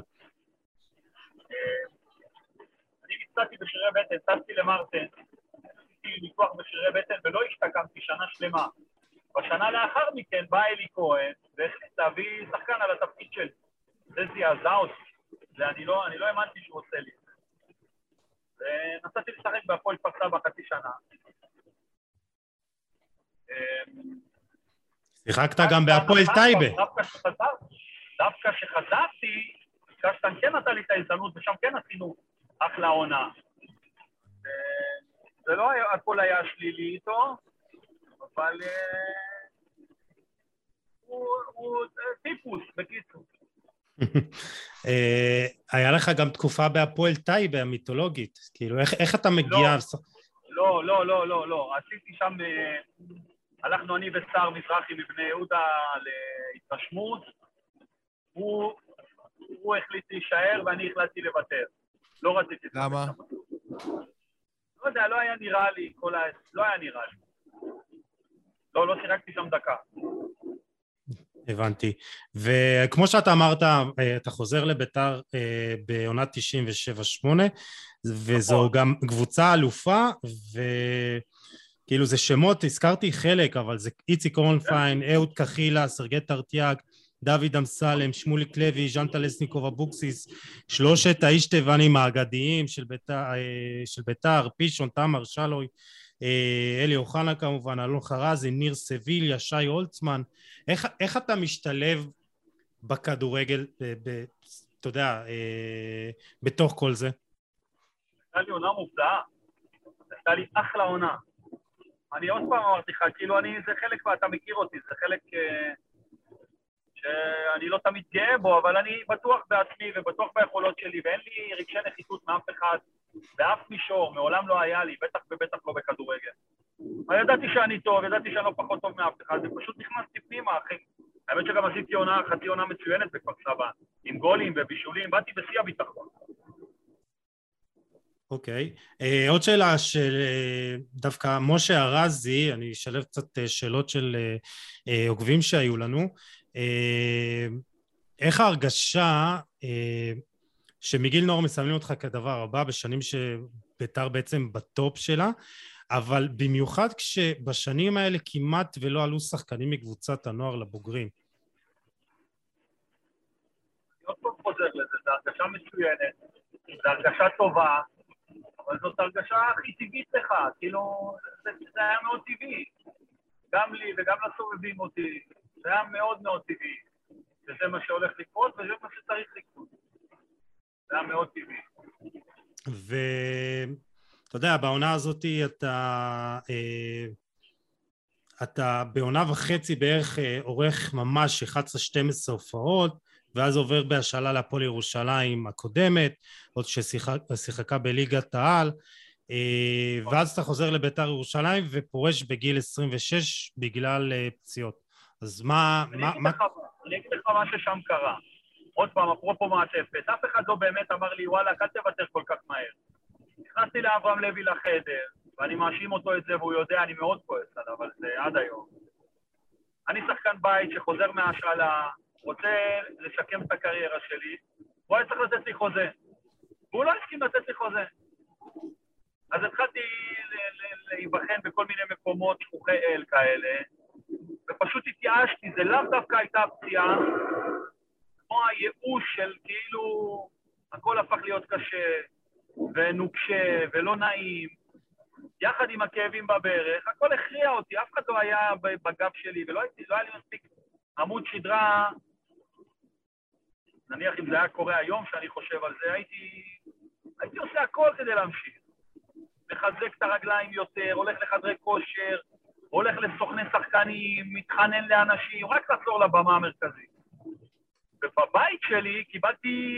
אני מצאתי בשירי בטן, טסתי למרטן, עשיתי ניתוח בשירי בטן ולא השתקמתי שנה שלמה. בשנה לאחר מכן בא אלי כהן והחליט להביא שחקן על התפקיד שלי. זה זעזע אותי. זה אני לא, אני לא האמנתי שהוא עושה לי. ונסעתי לשחק בהפועל כפר סבא בחצי שנה. שיחקת גם בהפועל טייבה. דווקא שחזרתי, דווקא שחזרתי, קשטן כן נתן לי את ההזדמנות, ושם כן עשינו אחלה עונה. זה לא היה, הכל היה שלילי איתו, אבל הוא טיפוס, בקיצור. היה לך גם תקופה בהפועל טייבה המיתולוגית, כאילו איך אתה מגיע? לא, לא, לא, לא, לא, עשיתי שם, הלכנו אני ושר מזרחי מבני יהודה להתרשמות, הוא החליט להישאר ואני החלטתי לוותר, לא רציתי. למה? לא יודע, לא היה נראה לי, לא היה נראה לי. לא, לא שיחקתי שם דקה. הבנתי, וכמו שאתה אמרת, אתה חוזר לביתר בעונת תשעים ושבע שמונה, וזו גם קבוצה אלופה, וכאילו זה שמות, הזכרתי חלק, אבל זה איציק אורנפיין, אהוד כחילה, סרגי טרטיאק, דוד אמסלם, שמוליק לוי, ז'אנטה לסניקוב אבוקסיס, שלושת האיש טבענים האגדיים של ביתר, של ביתר, פישון, תמר, שלוי, אלי אוחנה כמובן, אלון חרזי, ניר סביליה, שי הולצמן. איך, איך אתה משתלב בכדורגל, ב, ב, אתה יודע, אה, בתוך כל זה? הייתה לי עונה מופלאה, הייתה לי אחלה עונה. אני עוד פעם אמרתי לך, כאילו אני, זה חלק, ואתה מכיר אותי, זה חלק אה, שאני לא תמיד גאה בו, אבל אני בטוח בעצמי ובטוח ביכולות שלי, ואין לי רגשי נחיתות מאף אחד, באף מישור, מעולם לא היה לי, בטח ובטח לא בכדורגל. אבל ידעתי שאני טוב, ידעתי שאני לא פחות טוב מאף אחד, זה פשוט נכנסתי פנימה, אחי. האמת שגם עשיתי עונה, חצי עונה מצוינת בכפר סבא, עם גולים ובישולים, באתי בשיא הביטחון. אוקיי, אה, עוד שאלה של אה, דווקא משה ארזי, אני אשלב קצת אה, שאלות של אה, אה, עוקבים שהיו לנו. אה, איך ההרגשה אה, שמגיל נוער מסמלים אותך כדבר הבא בשנים שביתר בעצם בטופ שלה, אבל במיוחד כשבשנים האלה כמעט ולא עלו שחקנים מקבוצת הנוער לבוגרים? אני עוד פעם חוזר לזה, זו הרגשה מצוינת, זו הרגשה טובה, אבל זאת הרגשה הכי טבעית לך, כאילו, זה, זה היה מאוד טבעי, גם לי וגם לסובבים אותי, זה היה מאוד מאוד טבעי, וזה מה שהולך לקרות וזה מה שצריך לקרות, זה היה מאוד טבעי. ואתה יודע, בעונה הזאת אתה, אתה בעונה וחצי בערך עורך ממש אחת עשרה שתים עשרה הופעות, ואז עובר בהשאלה להפועל ירושלים הקודמת, עוד ששיחקה בליגת העל, ואז אתה חוזר לביתר ירושלים ופורש בגיל עשרים ושש בגלל פציעות. אז מה... אני אגיד לך מה ששם קרה. עוד פעם, אפרופו מעטפת, אף אחד לא באמת אמר לי, וואלה, אל תוותר כל כך מהר. נכנסתי לאברהם לוי לחדר, ואני מאשים אותו את זה, והוא יודע, אני מאוד כועס עליו, אבל זה עד היום. אני שחקן בית שחוזר מהשאלה, רוצה לשקם את הקריירה שלי, הוא היה צריך לתת לי חוזה. והוא לא הסכים לתת לי חוזה. אז התחלתי להיבחן בכל מיני מקומות שכוחי אל כאלה, ופשוט התייאשתי, זה לאו דווקא הייתה פציעה, כמו הייאוש של כאילו, הכל הפך להיות קשה, ונוקשה, ולא נעים, יחד עם הכאבים בברך, הכל הכריע אותי, אף אחד לא היה בגב שלי, ולא הייתי, לא היה לי מספיק עמוד שדרה, נניח אם זה היה קורה היום שאני חושב על זה, הייתי, הייתי עושה הכל כדי להמשיך. מחזק את הרגליים יותר, הולך לחדרי כושר, הולך לסוכני שחקנים, מתחנן לאנשים, רק לחזור לבמה המרכזית. ובבית שלי קיבלתי,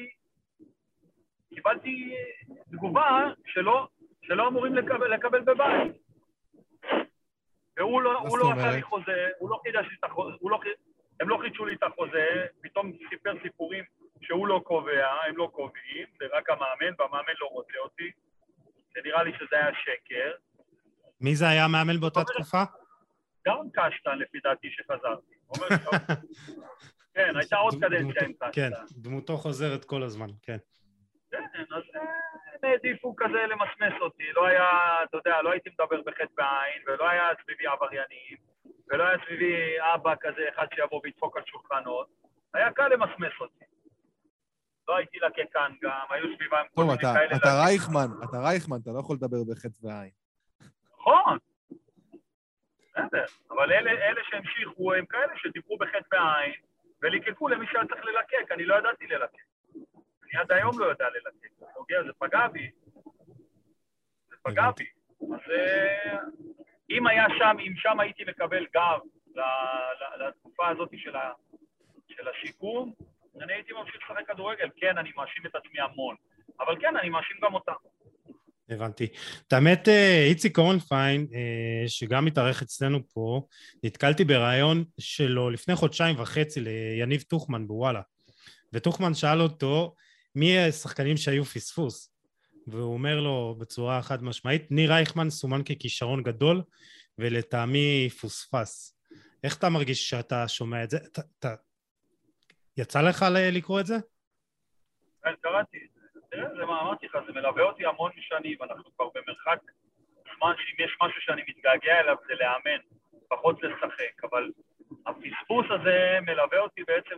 קיבלתי תגובה שלא, שלא אמורים לקבל, לקבל בבית. והוא לא, הוא לא עשה לי חוזה, הוא לא חידש לי את החוזה, הוא לא, הם לא חידשו לי את החוזה, פתאום סיפר סיפורים שהוא לא קובע, הם לא קובעים, זה רק המאמן, והמאמן לא רוצה אותי. זה נראה לי שזה היה שקר. מי זה היה המאמן באותה תקופה? גם קשטן, לפי דעתי, שחזרתי. כן, הייתה עוד קדנציה עם קשטן. כן, דמותו חוזרת כל הזמן, כן. כן, אז הם העדיפו כזה למסמס אותי. לא היה, אתה יודע, לא הייתי מדבר בחטא בעין, ולא היה סביבי עבריינים, ולא היה סביבי אבא כזה, אחד שיבוא וידפוק על שולחנות. היה קל למסמס אותי. לא הייתי לקקן גם, היו סביבה עם כל מיני כאלה. טוב, אתה רייכמן, אתה רייכמן, אתה לא יכול לדבר בחטא ועין. נכון. בסדר, אבל אלה, אלה שהמשיכו הם כאלה שדיברו בחטא בעין, וליקקו למי שהיה צריך ללקק, אני לא ידעתי ללקק. אני עד היום לא יודע ללקק. אוקיי, זה פגע בי. זה פגע בי. אז אם היה שם, אם שם הייתי מקבל גב לתקופה הזאת של השיקום, אני הייתי ממשיך לשחק כדורגל. כן, אני מאשים את עצמי המון. אבל כן, אני מאשים גם אותם. הבנתי. את האמת, איציק אורנפיין, שגם מתארח אצלנו פה, נתקלתי ברעיון שלו לפני חודשיים וחצי ליניב תוכמן בוואלה. ותוכמן שאל אותו, מי השחקנים שהיו פספוס? והוא אומר לו בצורה חד משמעית, ניר רייכמן סומן ככישרון גדול, ולטעמי פוספס. איך אתה מרגיש שאתה שומע את זה? אתה, אתה... יצא לך לקרוא את זה? כן, קראתי את זה. תראה, זה מה אמרתי לך, זה מלווה אותי המון שנים, אנחנו כבר במרחק זמן שאם יש משהו שאני מתגעגע אליו זה לאמן, פחות לשחק, אבל הפספוס הזה מלווה אותי בעצם...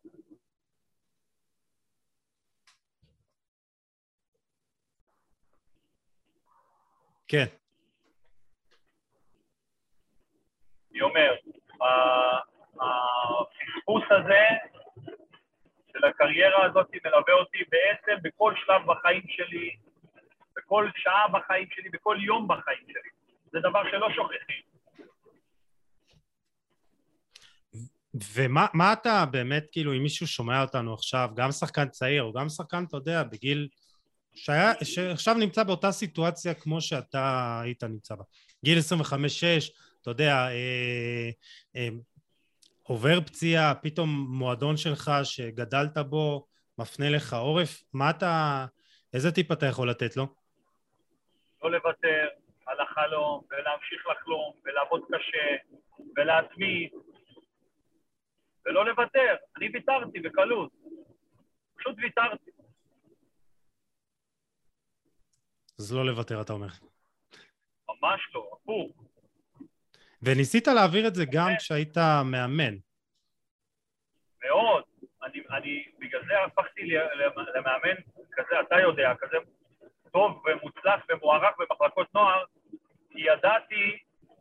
כן. אני אומר, הפספוס הזה של הקריירה הזאת מלווה אותי בעצם בכל שלב בחיים שלי, בכל שעה בחיים שלי, בכל יום בחיים שלי. זה דבר שלא שוכחים. ומה מה אתה באמת, כאילו, אם מישהו שומע אותנו עכשיו, גם שחקן צעיר, או גם שחקן, אתה יודע, בגיל, שהיה, שעכשיו נמצא באותה סיטואציה כמו שאתה היית נמצא בה. גיל עשרים וחמש שש, אתה יודע, אה, אה, עובר פציעה, פתאום מועדון שלך שגדלת בו, מפנה לך עורף, מה אתה, איזה טיפ אתה יכול לתת לו? לא לוותר על החלום, ולהמשיך לחלום, ולעבוד קשה, ולהתמיד, ולא לוותר. אני ויתרתי בקלות. פשוט ויתרתי. אז לא לוותר, אתה אומר. ממש לא, הפוך. וניסית להעביר את זה גם כשהיית מאמן. מאוד. אני, אני, בגלל זה הפכתי למאמן כזה, אתה יודע, כזה טוב ומוצלח ומוערך במחלקות נוער, כי ידעתי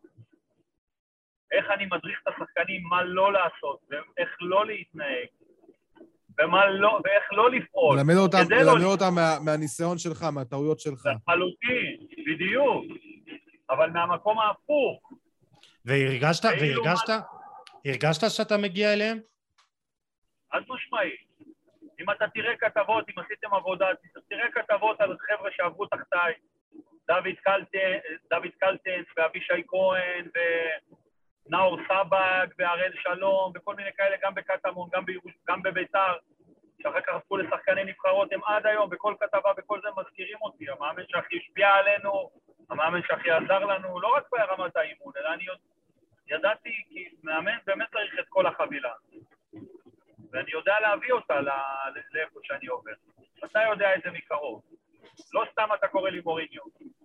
איך אני מדריך את השחקנים, מה לא לעשות, ואיך לא להתנהג, ומה לא, ואיך לא לפעול. ללמד אותם, ללמד לא אותם מה, מהניסיון שלך, מהטעויות שלך. לחלוטין, בדיוק. אבל מהמקום ההפוך. והרגשת, והרגשת, הרגשת שאתה מגיע אליהם? אז משמעית. אם אתה תראה כתבות, אם עשיתם עבודה, תראה כתבות על חבר'ה שעברו תחתיי, דוד קלטן, דוד קלטן, ואבישי כהן, ונאור סבג, והראל שלום, וכל מיני כאלה, גם בקטמון, גם, בירוש, גם בביתר, שאחר כך הפכו לשחקני נבחרות, הם עד היום, בכל כתבה, בכל זה מזכירים אותי, המאמן שהכי השפיע עלינו, המאמן שהכי עזר לנו, לא רק ברמת האימון, אלא אני ידעתי כי מאמן באמת צריך את כל החבילה. ואני יודע להביא אותה לאיפה שאני עובר. אתה יודע את זה מקרוב. לא סתם אתה קורא לי מוריניו.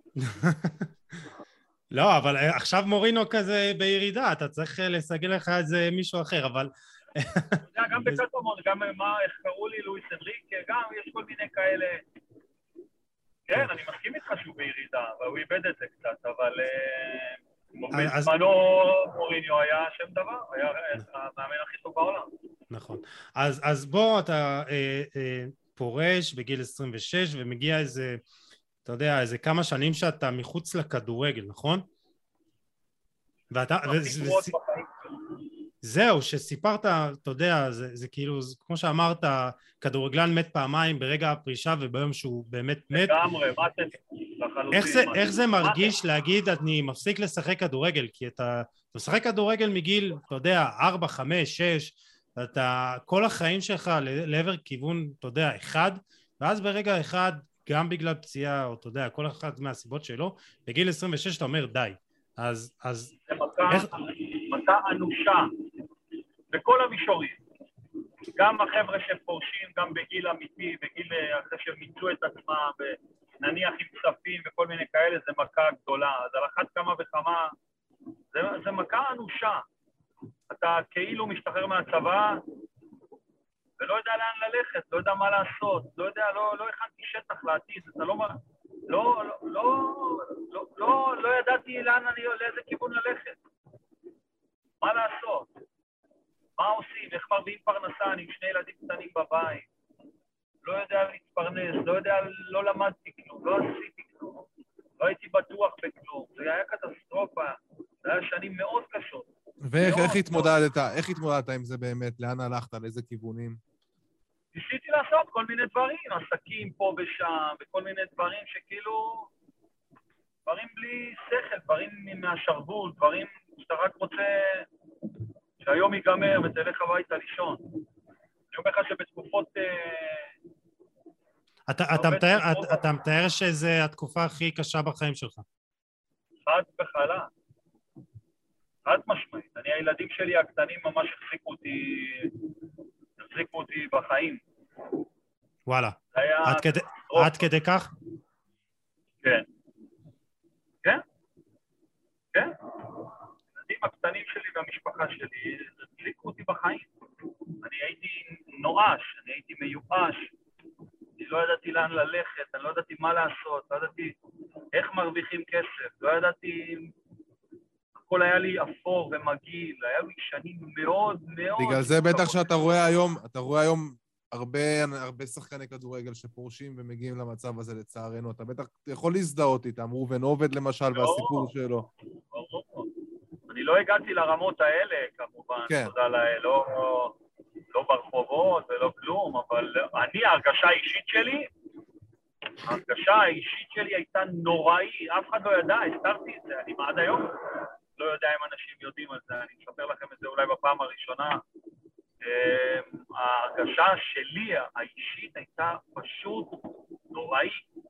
לא, אבל עכשיו מורינו כזה בירידה, אתה צריך לסגל לך איזה מישהו אחר, אבל... אתה יודע, גם בקטמון, גם מה, איך קראו לי, לואיס אנריק, גם יש כל מיני כאלה... כן, אני מסכים איתך שהוא בירידה, והוא איבד את זה קצת, אבל... בזמנו מוריניו היה שם דבר, היה המאמן הכי טוב בעולם. נכון. אז בוא, אתה פורש בגיל עשרים ושש, ומגיע איזה... אתה יודע, איזה כמה שנים שאתה מחוץ לכדורגל, נכון? ואתה... זהו, שסיפרת, אתה יודע, זה, זה כאילו, זה, כמו שאמרת, כדורגלן מת פעמיים ברגע הפרישה וביום שהוא באמת מת. לגמרי, מה זה? איך זה, איך זה מרגיש להגיד, אני מפסיק לשחק כדורגל? כי אתה משחק כדורגל מגיל, אתה יודע, ארבע, חמש, שש, אתה כל החיים שלך לעבר כיוון, אתה יודע, אחד, ואז ברגע אחד, גם בגלל פציעה, או אתה יודע, כל אחד מהסיבות שלו, בגיל עשרים ושש אתה אומר די. אז, אז... זה מכה, איך... מכה אנושה, בכל המישורים. גם החבר'ה שפורשים, גם בגיל אמיתי, בגיל אחרי שהם מיצו את עצמם, ונניח עם כספים וכל מיני כאלה, זה מכה גדולה. אז על אחת כמה וכמה, זה, זה מכה אנושה. אתה כאילו משתחרר מהצבא, ולא יודע לאן ללכת, לא יודע מה לעשות, לא יודע, לא, לא הכנתי שטח לעתיד, אתה לא, לא, לא, לא, לא, לא, לא ידעתי לאן אני, לאיזה כיוון ללכת. מה לעשות? מה עושים? איך מרביעים פרנסה? אני עם שני ילדים קטנים בבית. לא יודע להתפרנס, לא יודע, לא למדתי כלום, לא עשיתי כלום. לא הייתי בטוח בכלום. זה היה קטסטרופה. זה היה שנים מאוד קשות. ואיך איך התמודדת? איך התמודדת עם זה באמת? לאן הלכת? לאיזה כיוונים? ניסיתי לעשות כל מיני דברים, עסקים פה ושם, וכל מיני דברים שכאילו... דברים בלי שכל, דברים מהשרוול, דברים שאתה רק רוצה שהיום ייגמר ותלך הביתה לישון. אני אומר לך שבתקופות... אתה, אתה, מתאר, אתה, אתה מתאר שזו התקופה הכי קשה בחיים שלך. חד וחלק. חד משמעית. אני, הילדים שלי הקטנים ממש החזיקו אותי, החזיקו אותי בחיים. וואלה. עד כדי, עד כדי כך? כן. כן? כן? הילדים הקטנים שלי והמשפחה שלי החזיקו אותי בחיים. אני הייתי נואש, אני הייתי מיואש. אני לא ידעתי לאן ללכת, אני לא ידעתי מה לעשות, לא ידעתי איך מרוויחים כסף, לא ידעתי... הכל היה לי אפור ומגעיל, היה לי שנים מאוד מאוד... בגלל זה בטח שאתה רואה היום, אתה רואה היום הרבה, הרבה שחקני כדורגל שפורשים ומגיעים למצב הזה לצערנו, אתה בטח יכול להזדהות איתם, ראובן עובד למשל והסיפור שלו. אני לא הגעתי לרמות האלה כמובן, תודה לאל, לא... לא ברחובות ולא כלום, אבל אני, ההרגשה האישית שלי, ההרגשה האישית שלי הייתה נוראי, אף אחד לא ידע, הסתרתי את זה, אני עד היום לא יודע אם אנשים יודעים על זה, אני אספר לכם את זה אולי בפעם הראשונה. ההרגשה שלי, האישית, הייתה פשוט נוראי.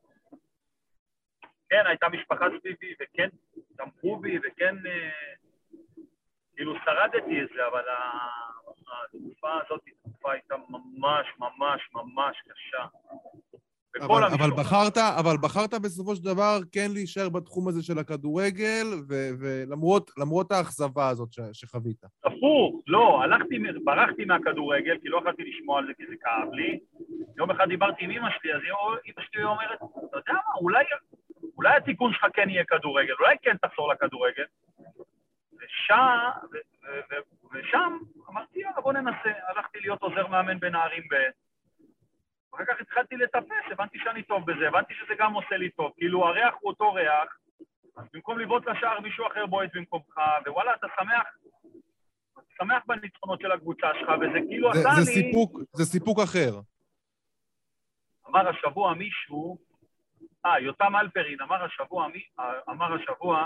כן, הייתה משפחה סביבי, וכן תמכו בי, וכן כאילו שרדתי את זה, אבל התקופה הזאת, התקופה הייתה ממש, ממש, ממש קשה. אבל, אבל בחרת, אבל בחרת בסופו של דבר כן להישאר בתחום הזה של הכדורגל, ולמרות, למרות האכזבה הזאת ש, שחווית. הפוך, לא, הלכתי, ברחתי מהכדורגל, כי לא יכולתי לשמוע על זה, כי זה כאב לי. יום אחד דיברתי עם אמא שלי, אז אמא שלי אומרת, אתה יודע מה, אולי, אולי התיקון שלך כן יהיה כדורגל, אולי כן תחזור לכדורגל. ושם, ו, ו, ו, ושם אמרתי, יאללה, בוא ננסה. הלכתי להיות עוזר מאמן בנערים ב... אחר כך התחלתי לטפס, הבנתי שאני טוב בזה, הבנתי שזה גם עושה לי טוב. כאילו, הריח הוא אותו ריח, אז במקום לבעוט לשער מישהו אחר בועט במקומך, ווואלה, אתה שמח, אתה שמח בניצחונות של הקבוצה שלך, וזה כאילו זה, עשה זה לי... סיפוק, זה סיפוק אחר. אמר השבוע מישהו, אה, יותם אלפרין, אמר השבוע, אמר השבוע,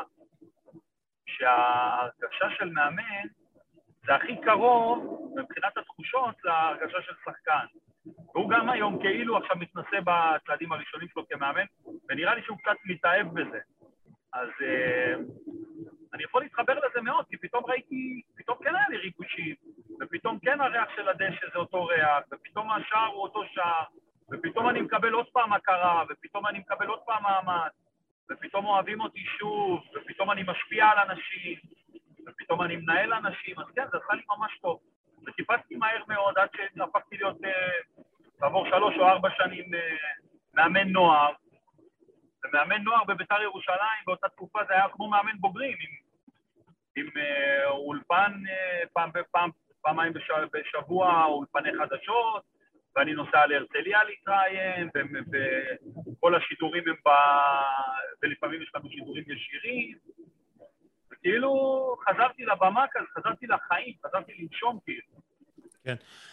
שההרגשה של מאמן זה הכי קרוב מבחינת התחושות להרגשה של שחקן. והוא גם היום כאילו עכשיו מתנסה בצעדים הראשונים שלו כמאמן, ונראה לי שהוא קצת מתאהב בזה. אז uh, אני יכול להתחבר לזה מאוד, כי פתאום ראיתי, פתאום כן היה לי ריגושים, ופתאום כן הריח של הדשא זה אותו ריח, ופתאום השער הוא אותו שער, ופתאום אני מקבל עוד פעם הכרה, ופתאום אני מקבל עוד פעם מעמד, ופתאום אוהבים אותי שוב, ופתאום אני משפיע על אנשים, ופתאום אני מנהל אנשים, אז כן, זה עשה לי ממש טוב. וטיפסתי מהר מאוד עד שהפכתי להיות, לעבור שלוש או ארבע שנים מאמן נוער, ומאמן נוער בביתר ירושלים, באותה תקופה זה היה כמו מאמן בוגרים, עם, עם uh, אולפן uh, פעם, פעם, פעמיים בשבוע, בשבוע, אולפני חדשות, ואני נוסע להרצליה להתראיין, וכל השידורים הם ב... ולפעמים יש לנו שידורים ישירים, וכאילו חזרתי לבמה כזה, חזרתי לחיים, חזרתי לנשום כאילו. כן,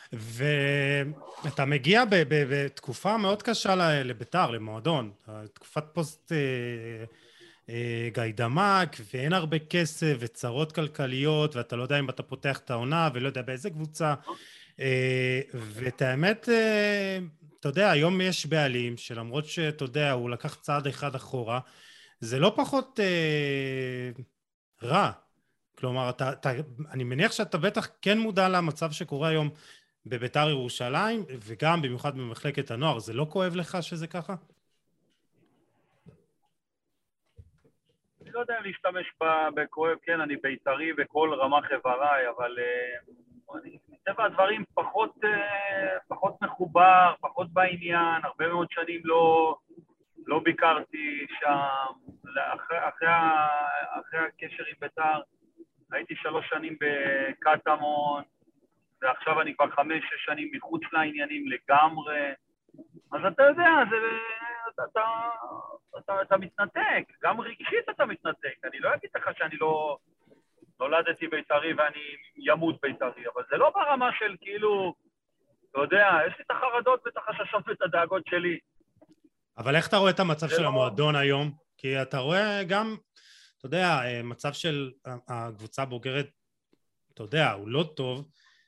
ואתה מגיע בתקופה מאוד קשה לביתר, למועדון, תקופת פוסט גיידמק, ואין הרבה כסף וצרות כלכליות, ואתה לא יודע אם אתה פותח את העונה ולא יודע באיזה קבוצה, ואת האמת, אתה יודע, היום יש בעלים שלמרות שאתה יודע, הוא לקח צעד אחד אחורה, זה לא פחות רע. כלומר, אתה, אתה, אני מניח שאתה בטח כן מודע למצב שקורה היום בביתר ירושלים, וגם במיוחד במחלקת הנוער. זה לא כואב לך שזה ככה? אני לא יודע להשתמש בכואב, כן, אני ביתרי בכל רמ"ח איבריי, אבל uh, אני, מטבע הדברים פחות, uh, פחות מחובר, פחות בעניין, הרבה מאוד שנים לא, לא ביקרתי שם, אחרי, אחרי, אחרי הקשר עם ביתר, הייתי שלוש שנים בקטמון, ועכשיו אני כבר חמש, שש שנים מחוץ לעניינים לגמרי. אז אתה יודע, זה, אתה, אתה, אתה, אתה מתנתק, גם רגשית אתה מתנתק. אני לא אגיד לך שאני לא נולדתי בית"רי ואני ימות בית"רי, אבל זה לא ברמה של כאילו, אתה יודע, יש לי את החרדות ואת החששות ואת הדאגות שלי. אבל איך אתה רואה את המצב של לא... המועדון היום? כי אתה רואה גם... אתה יודע, מצב של הקבוצה הבוגרת, אתה יודע, הוא לא טוב,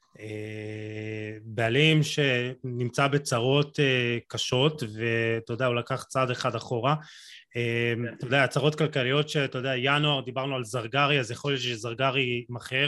בעלים שנמצא בצרות קשות, ואתה יודע, הוא לקח צעד אחד אחורה, אתה יודע, הצרות כלכליות שאתה יודע, ינואר, דיברנו על זרגרי, אז יכול להיות שזרגרי מחר,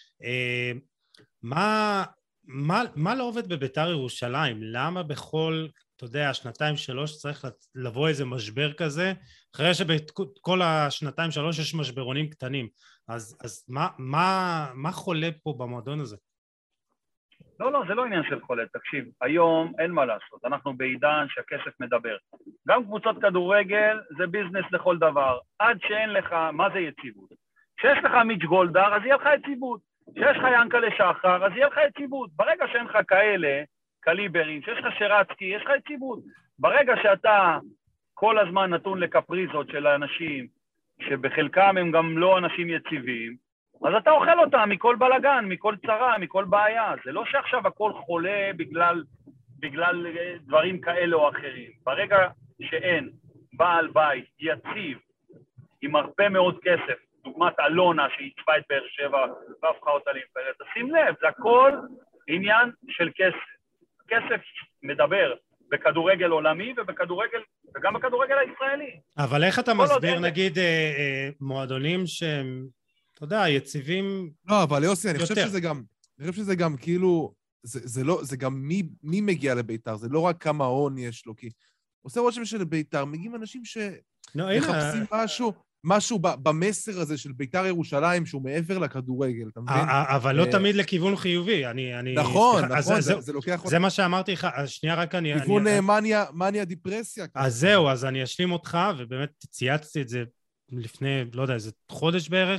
מה, מה, מה לא עובד בביתר ירושלים? למה בכל... אתה יודע, שנתיים שלוש צריך לבוא איזה משבר כזה, אחרי שבכל השנתיים שלוש יש משברונים קטנים. אז, אז מה, מה, מה חולה פה במועדון הזה? לא, לא, זה לא עניין של חולה. תקשיב, היום אין מה לעשות. אנחנו בעידן שהכסף מדבר. גם קבוצות כדורגל זה ביזנס לכל דבר. עד שאין לך, מה זה יציבות? כשיש לך מיץ' גולדהר, אז יהיה לך יציבות. כשיש לך ינקלה שחר, אז יהיה לך יציבות. ברגע שאין לך כאלה, קליברים, שיש לך שרצקי, יש לך יציבות. ברגע שאתה כל הזמן נתון לקפריזות של האנשים, שבחלקם הם גם לא אנשים יציבים, אז אתה אוכל אותם מכל בלגן, מכל צרה, מכל בעיה. זה לא שעכשיו הכל חולה בגלל, בגלל דברים כאלה או אחרים. ברגע שאין בעל בית יציב עם הרבה מאוד כסף, דוגמת אלונה שהצפה את באר שבע והפכה אותה לאימפריה, תשים לב, זה הכל עניין של כסף. כסף מדבר בכדורגל עולמי ובכדורגל, וגם בכדורגל הישראלי. אבל איך אתה מסביר, נגיד, מועדונים שהם, אתה יודע, יציבים... לא, אבל יוסי, אני חושב שזה גם, אני חושב שזה גם כאילו, זה, זה לא, זה גם מי, מי מגיע לביתר, זה לא רק כמה הון יש לו, כי עושה רושם שלביתר מגיעים אנשים שמחפשים משהו, משהו במסר הזה של ביתר ירושלים, שהוא מעבר לכדורגל, אתה מבין? אבל לא תמיד לכיוון חיובי, אני... נכון, נכון, זה לוקח... זה מה שאמרתי לך, שנייה רק אני... כיוון מניה דיפרסיה. אז זהו, אז אני אשלים אותך, ובאמת צייצתי את זה לפני, לא יודע, איזה חודש בערך,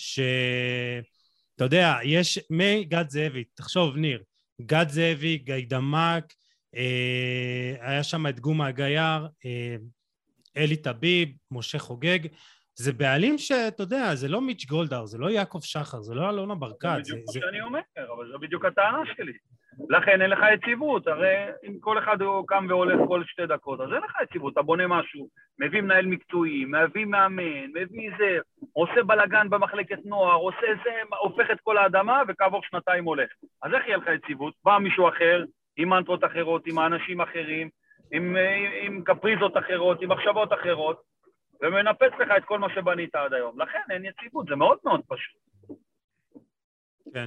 שאתה יודע, יש מגד זאבי, תחשוב ניר, גד זאבי, גיידמק, היה שם את גומה הגייר, אלי טביב, משה חוגג, זה בעלים שאתה יודע, זה לא מיץ' גולדהר, זה לא יעקב שחר, זה לא אלונה ברקת. זה בדיוק מה שאני אומר, אבל זה בדיוק הטענה שלי. לכן אין לך יציבות, הרי אם כל אחד הוא קם והולך כל שתי דקות, אז אין לך יציבות, אתה בונה משהו, מביא מנהל מקצועי, מביא מאמן, מביא זה, עושה בלגן במחלקת נוער, עושה זה, הופך את כל האדמה וכעבור שנתיים הולך. אז איך יהיה לך יציבות? בא מישהו אחר, עם מנטרות אחרות, עם האנשים אחרים, עם, עם קפריזות אחרות, עם מחשבות אחרות, ומנפץ לך את כל מה שבנית עד היום. לכן אין יציבות, זה מאוד מאוד פשוט. כן.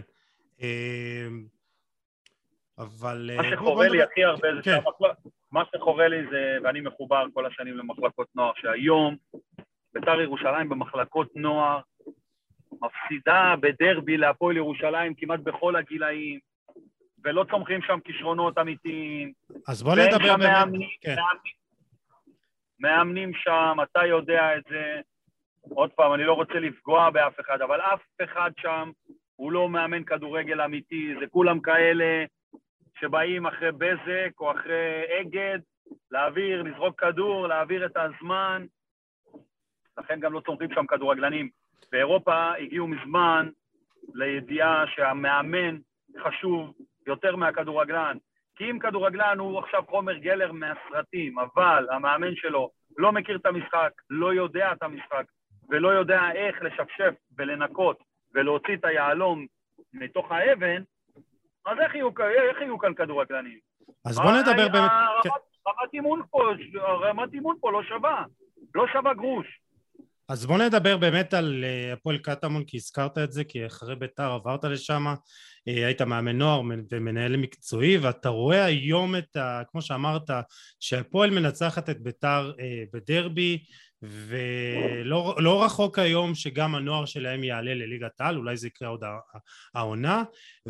אבל... מה שחורה לי הכי הרבה זה שהמחלקות, מה שחורה לי זה, ואני מחובר כל השנים למחלקות נוער, שהיום בית"ר ירושלים במחלקות נוער מפסידה בדרבי להפועל ירושלים כמעט בכל הגילאים, ולא צומחים שם כישרונות אמיתיים. אז בוא נדבר באמת. מאמנים, כן. מאמנים, מאמנים שם, אתה יודע את זה. עוד פעם, אני לא רוצה לפגוע באף אחד, אבל אף אחד שם הוא לא מאמן כדורגל אמיתי, זה כולם כאלה שבאים אחרי בזק או אחרי אגד, להעביר, לזרוק כדור, להעביר את הזמן, לכן גם לא צומחים שם כדורגלנים. באירופה הגיעו מזמן לידיעה שהמאמן חשוב יותר מהכדורגלן, כי אם כדורגלן הוא עכשיו חומר גלר מהסרטים, אבל המאמן שלו לא מכיר את המשחק, לא יודע את המשחק, ולא יודע איך לשפשף ולנקות ולהוציא את היעלום מתוך האבן, אז איך יהיו, איך יהיו כאן כדורגלנים? אז בוא נדבר באמת... רמת אימון פה, רמת אימון פה לא שווה, לא שווה גרוש. אז בוא נדבר באמת על הפועל קטמון, כי הזכרת את זה, כי אחרי בית"ר עברת לשם, היית מאמן נוער ומנהל מקצועי, ואתה רואה היום את ה... כמו שאמרת, שהפועל מנצחת את בית"ר בדרבי, ולא לא רחוק היום שגם הנוער שלהם יעלה לליגת העל, אולי זה יקרה עוד העונה,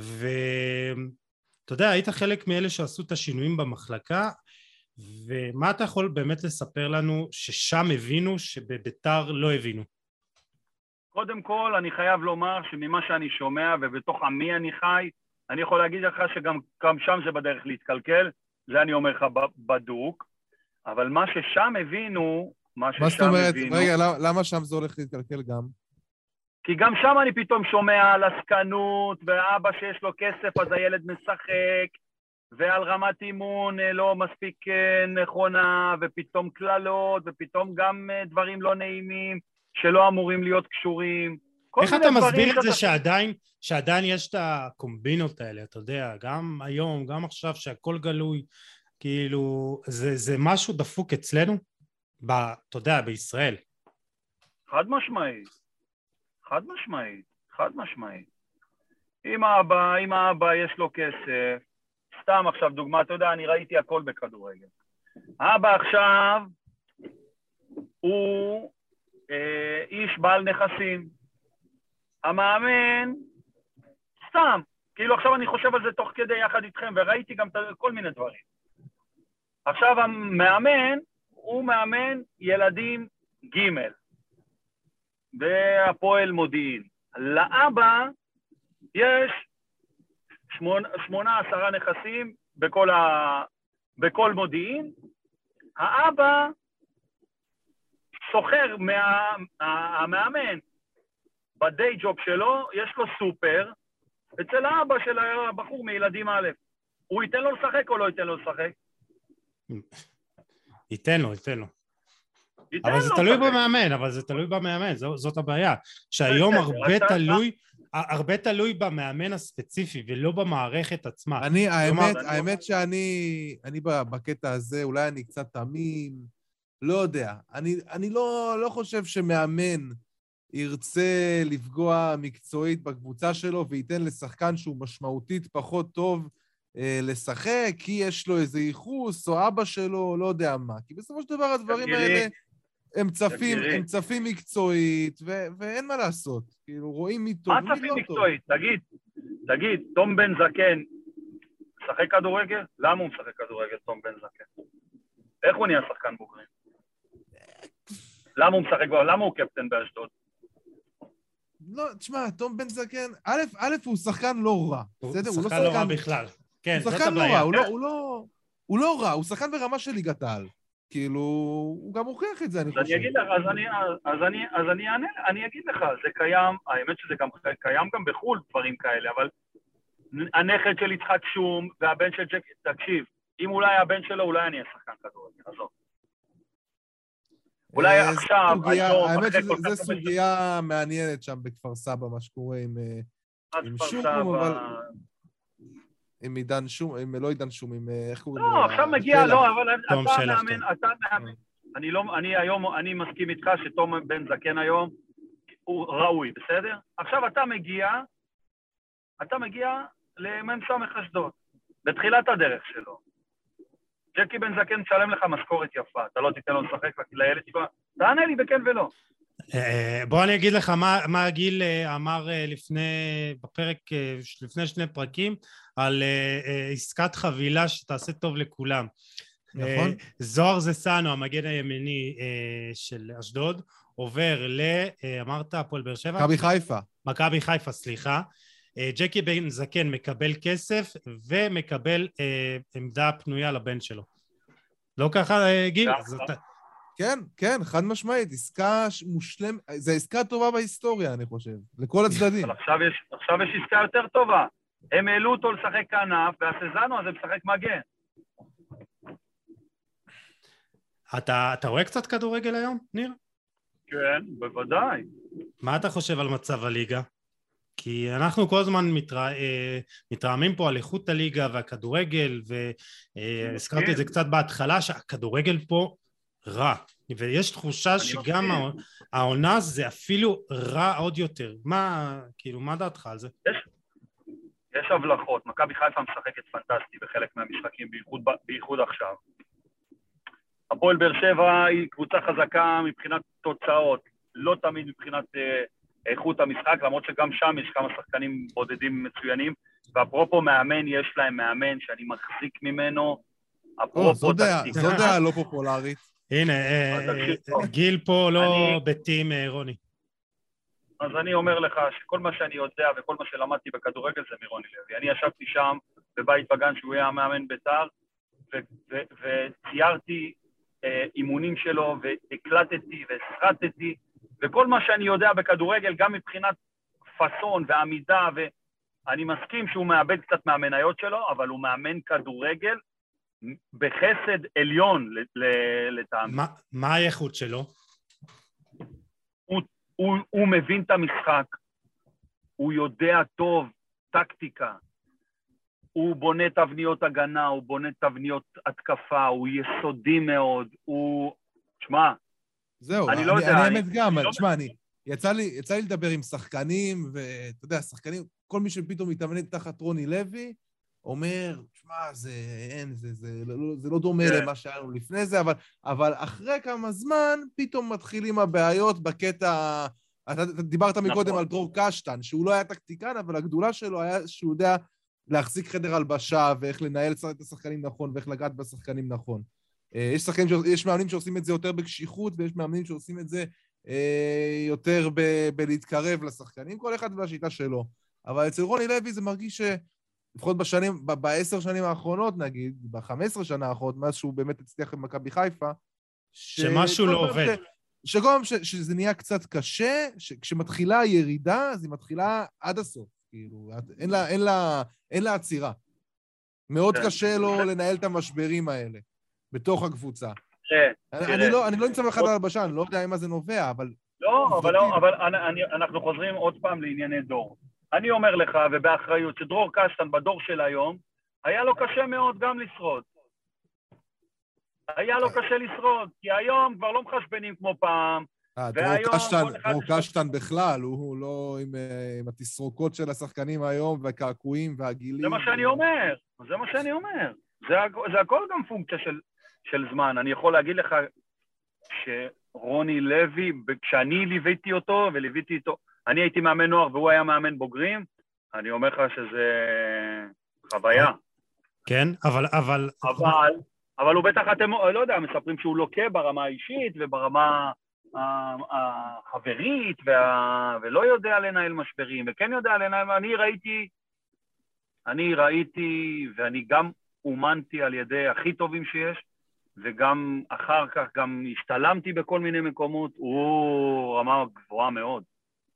ואתה יודע, היית חלק מאלה שעשו את השינויים במחלקה, ומה אתה יכול באמת לספר לנו ששם הבינו שבביתר לא הבינו? קודם כל אני חייב לומר שממה שאני שומע ובתוך עמי אני חי, אני יכול להגיד לך שגם גם שם זה בדרך להתקלקל, זה אני אומר לך בדוק, אבל מה ששם הבינו, מה ששם מה זאת אומרת, הבינו... רגע, למה שם זה הולך להתקלקל גם? כי גם שם אני פתאום שומע על עסקנות, ואבא שיש לו כסף אז הילד משחק, ועל רמת אימון לא מספיק נכונה, ופתאום כללות, ופתאום גם דברים לא נעימים, שלא אמורים להיות קשורים. איך אתה מסביר את זה שעדיין, שעדיין יש את הקומבינות האלה, אתה יודע, גם היום, גם עכשיו, שהכל גלוי, כאילו, זה, זה משהו דפוק אצלנו, ב, אתה יודע, בישראל. חד משמעית, חד משמעית, חד משמעית. אם האבא, אם האבא יש לו כסף, סתם עכשיו דוגמה, אתה יודע, אני ראיתי הכל בכדורגל. האבא עכשיו הוא אה, איש בעל נכסים. המאמן, סתם, כאילו עכשיו אני חושב על זה תוך כדי יחד איתכם, וראיתי גם כל מיני דברים. עכשיו המאמן הוא מאמן ילדים ג' בהפועל מודיעין. לאבא יש שמונה, שמונה עשרה נכסים בכל, ה... בכל מודיעין. האבא סוחר מה... המאמן בדיי ג'וב שלו, יש לו סופר, אצל האבא של הבחור מילדים א'. הוא ייתן לו לשחק או לא ייתן לו לשחק? ייתן לו, ייתן לו. אבל זה תלוי במאמן, אבל זה תלוי במאמן, זאת הבעיה. שהיום הרבה תלוי, הרבה תלוי במאמן הספציפי, ולא במערכת עצמה. אני, האמת, האמת שאני, אני בקטע הזה, אולי אני קצת תמים, לא יודע. אני, אני לא, לא חושב שמאמן ירצה לפגוע מקצועית בקבוצה שלו, וייתן לשחקן שהוא משמעותית פחות טוב לשחק, כי יש לו איזה ייחוס, או אבא שלו, לא יודע מה. כי בסופו של דבר הדברים האלה הם צפים, הם צפים מקצועית, ואין מה לעשות. כאילו, רואים מי טוב, מי לא טוב. מה צפים מקצועית? תגיד, תגיד, תום בן זקן, משחק כדורגל? למה הוא משחק כדורגל, תום בן זקן? איך הוא נהיה שחקן בוגרים? למה הוא משחק, למה הוא קפטן באשדוד? לא, תשמע, תום בן זקן, א', א', הוא שחקן לא רע. הוא שחקן לא רע בכלל. כן, זאת הבעיה. הוא שחקן לא רע, הוא לא רע, הוא שחקן ברמה של ליגת העל. כאילו, הוא גם הוכיח את זה, אני חושב. אז אני אגיד לך, אז אני, אז אני, אז אני אענה, אני אגיד לך, זה קיים, האמת שזה גם קיים גם בחול דברים כאלה, אבל הנכד של יצחק שום והבן של ג'ק, תקשיב, אם אולי הבן שלו, אולי אני אשחקן כדורגל, עזוב. אולי עכשיו, היום, האמת שזו סוגיה מעניינת שם בכפר סבא, מה שקורה עם שום, אבל... עם עידן שום, עם לא עידן שום, עם איך קוראים לו? לא, עכשיו מגיע, לא, אבל אתה מאמן, אתה מאמן. אני לא, אני היום, אני מסכים איתך שתום בן זקן היום הוא ראוי, בסדר? עכשיו אתה מגיע, אתה מגיע למ"ס אשדוד, בתחילת הדרך שלו. ג'קי בן זקן משלם לך משכורת יפה, אתה לא תיתן לו לשחק לילד שלך, תענה לי בכן ולא. בוא אני אגיד לך מה גיל אמר לפני, בפרק, לפני שני פרקים, על עסקת חבילה שתעשה טוב לכולם. נכון. זוהר זסנו, המגן הימיני של אשדוד, עובר ל... אמרת, הפועל באר שבע? מכבי חיפה. מכבי חיפה, סליחה. ג'קי בן זקן מקבל כסף ומקבל עמדה פנויה לבן שלו. לא ככה, גיל? כן, כן, חד משמעית, עסקה מושלם, זו עסקה טובה בהיסטוריה, אני חושב, לכל הצדדים. אבל עכשיו יש, עכשיו יש עסקה יותר טובה. הם העלו אותו לשחק כנף, והסזנו הזה משחק מגן. אתה, אתה רואה קצת כדורגל היום, ניר? כן, בוודאי. מה אתה חושב על מצב הליגה? כי אנחנו כל הזמן מתרא... מתרעמים פה על איכות הליגה והכדורגל, והזכרתי את זה קצת בהתחלה, שהכדורגל פה רע, ויש תחושה שגם העונה זה אפילו רע עוד יותר. מה, כאילו, מה דעתך על זה? יש, יש הבלחות. מכבי חיפה משחקת פנטסטי בחלק מהמשחקים, בייחוד, בייחוד עכשיו. הפועל באר שבע היא קבוצה חזקה מבחינת תוצאות, לא תמיד מבחינת אה, איכות המשחק, למרות שגם שם יש כמה שחקנים בודדים מצוינים, ואפרופו מאמן, יש להם מאמן שאני מחזיק ממנו, אפרופו טקטיקה. זו דעה לא פופולרית. הנה, גיל פה לא ביתי מרוני. אז אני אומר לך שכל מה שאני יודע וכל מה שלמדתי בכדורגל זה מרוני לוי. אני ישבתי שם בבית וגן שהוא היה מאמן בית"ר, וציירתי אימונים שלו, והקלטתי והסרטתי, וכל מה שאני יודע בכדורגל, גם מבחינת פסון ועמידה, ואני מסכים שהוא מאבד קצת מהמניות שלו, אבל הוא מאמן כדורגל בחסד עליון לטעם. מה, מה האיכות שלו? הוא, הוא, הוא מבין את המשחק, הוא יודע טוב טקטיקה, הוא בונה תבניות הגנה, הוא בונה תבניות התקפה, הוא יסודי מאוד, הוא... שמע, זהו, אני אני, לא יודע... אני אני, האמת גם, אני תשמע, לא... אני... יצא לי, יצא לי לדבר עם שחקנים, ואתה יודע, שחקנים, כל מי שפתאום מתאמן תחת רוני לוי, אומר, תשמע, זה, אין, זה, זה, זה, לא, זה לא דומה yeah. למה שהיה לנו לפני זה, אבל, אבל אחרי כמה זמן, פתאום מתחילים הבעיות בקטע... אתה, אתה דיברת נכון. מקודם על דרור קשטן, שהוא לא היה טקטיקן, אבל הגדולה שלו היה שהוא יודע להחזיק חדר הלבשה, ואיך לנהל את השחקנים נכון, ואיך לגעת בשחקנים נכון. יש שחקנים, יש מאמנים שעושים את זה יותר בקשיחות, ויש מאמנים שעושים את זה יותר ב- בלהתקרב לשחקנים, כל אחד והשיטה שלו. אבל אצל רוני לוי זה מרגיש שלפחות בשנים, ב- בעשר שנים האחרונות נגיד, בחמש עשרה שנה האחרונות, מאז שהוא באמת הצליח במכבי חיפה, ש... שמשהו לא עובד. ש... שכל ש... שזה נהיה קצת קשה, שכשמתחילה הירידה, אז היא מתחילה עד הסוף. כאילו, אין לה, אין לה, אין לה עצירה. מאוד קשה לו לנהל את המשברים האלה, בתוך הקבוצה. אני לא, אני לא נמצא בחדר הלבשה, אני לא יודע מה זה נובע, אבל... לא, אבל, אבל אנחנו חוזרים עוד פעם לענייני דור. אני אומר לך, ובאחריות, שדרור קשטן בדור של היום, היה לו קשה מאוד גם לשרוד. היה לו קשה לשרוד, כי היום כבר לא מחשבנים כמו פעם, דרור קשטן בכלל, הוא לא עם התסרוקות של השחקנים היום, והקעקועים והגילים. זה מה שאני אומר, זה מה שאני אומר. זה הכל גם פונקציה של זמן. אני יכול להגיד לך שרוני לוי, כשאני ליוויתי אותו וליוויתי איתו, אני הייתי מאמן נוער והוא היה מאמן בוגרים, אני אומר לך שזה חוויה. כן, אבל... אבל... אבל, אבל הוא בטח, אתם, לא יודע, מספרים שהוא לוקה ברמה האישית וברמה החברית, וה... ולא יודע לנהל משברים, וכן יודע לנהל... אני ראיתי, אני ראיתי, ואני גם אומנתי על ידי הכי טובים שיש, וגם אחר כך גם השתלמתי בכל מיני מקומות, הוא רמה גבוהה מאוד.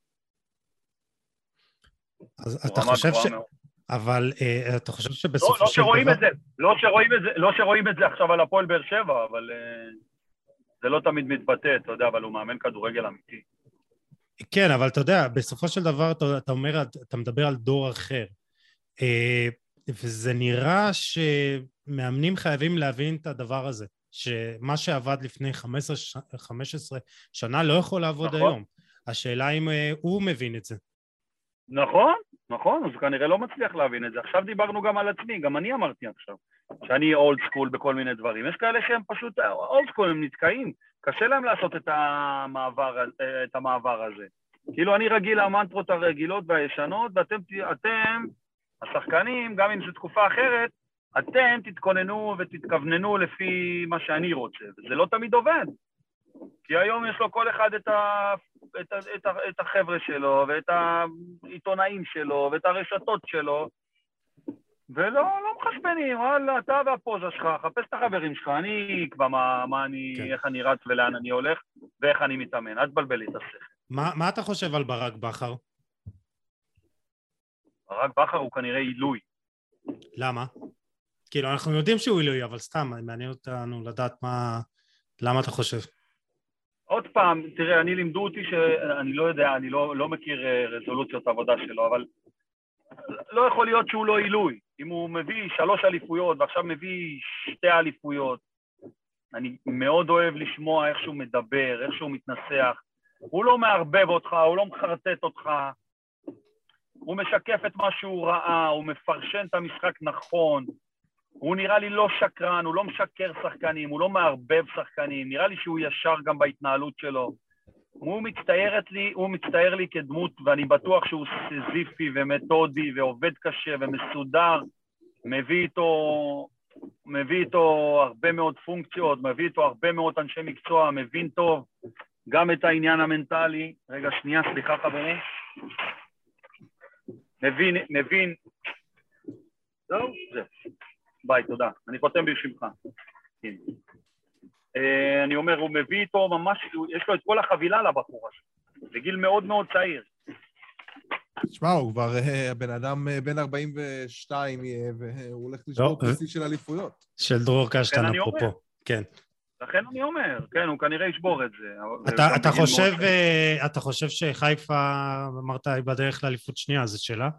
אז אתה חושב ש... מאוד. אבל uh, אתה חושב שבסופו לא, לא של שרואים דבר... את זה, לא שרואים את זה, לא שרואים את זה עכשיו על הפועל באר שבע, אבל uh, זה לא תמיד מתבטא, אתה יודע, אבל הוא מאמן כדורגל אמיתי. כן, אבל אתה יודע, בסופו של דבר אתה, אתה אומר, אתה מדבר על דור אחר. Uh, וזה נראה שמאמנים חייבים להבין את הדבר הזה, שמה שעבד לפני חמש עשרה שנה לא יכול לעבוד נכון. היום. השאלה אם הוא מבין את זה. נכון, נכון, אז כנראה לא מצליח להבין את זה. עכשיו דיברנו גם על עצמי, גם אני אמרתי עכשיו, שאני אולד סקול בכל מיני דברים. יש כאלה שהם פשוט אולד סקול, הם נתקעים, קשה להם לעשות את המעבר, את המעבר הזה. כאילו אני רגיל למנטרות הרגילות והישנות, ואתם, אתם, השחקנים, גם אם זו תקופה אחרת, אתם תתכוננו ותתכווננו לפי מה שאני רוצה, וזה לא תמיד עובד. כי היום יש לו כל אחד את, ה, את, ה, את, ה, את החבר'ה שלו, ואת העיתונאים שלו, ואת הרשתות שלו, ולא לא מחשבנים, וואלה, אתה והפוזה שלך, חפש את החברים שלך, אני אקבע מה, מה אני, כן. איך אני רץ ולאן אני הולך, ואיך אני מתאמן, אל תבלבל לי את השכל. מה, מה אתה חושב על ברק בכר? ברק בכר הוא כנראה עילוי. למה? כאילו, אנחנו יודעים שהוא עילוי, אבל סתם, מעניין אותנו לדעת מה, למה אתה חושב. עוד פעם, תראה, אני לימדו אותי שאני לא יודע, אני לא, לא מכיר רזולוציות עבודה שלו, אבל לא יכול להיות שהוא לא עילוי. אם הוא מביא שלוש אליפויות ועכשיו מביא שתי אליפויות, אני מאוד אוהב לשמוע איך שהוא מדבר, איך שהוא מתנסח. הוא לא מערבב אותך, הוא לא מחרטט אותך, הוא משקף את מה שהוא ראה, הוא מפרשן את המשחק נכון, הוא נראה לי לא שקרן, הוא לא משקר שחקנים, הוא לא מערבב שחקנים, נראה לי שהוא ישר גם בהתנהלות שלו. הוא מצטיירת לי, הוא מצטייר לי כדמות, ואני בטוח שהוא סזיפי ומתודי ועובד קשה ומסודר, מביא איתו, מביא איתו הרבה מאוד פונקציות, מביא איתו הרבה מאוד אנשי מקצוע, מבין טוב גם את העניין המנטלי. רגע, שנייה, סליחה חברים. מבין, מבין. זהו, זה. ביי, תודה. אני חותם בשמך. אני אומר, הוא מביא איתו ממש, יש לו את כל החבילה לבחור הזה. בגיל מאוד מאוד צעיר. תשמע, הוא כבר בן אדם בן ארבעים ושתיים יהיה, והוא הולך לשבור פסי של אליפויות. של דרור קשטן אפרופו, כן. לכן אני אומר, כן, הוא כנראה ישבור את זה. אתה חושב, אתה חושב שחיפה, אמרת, היא בדרך לאליפות שנייה, זאת שאלה?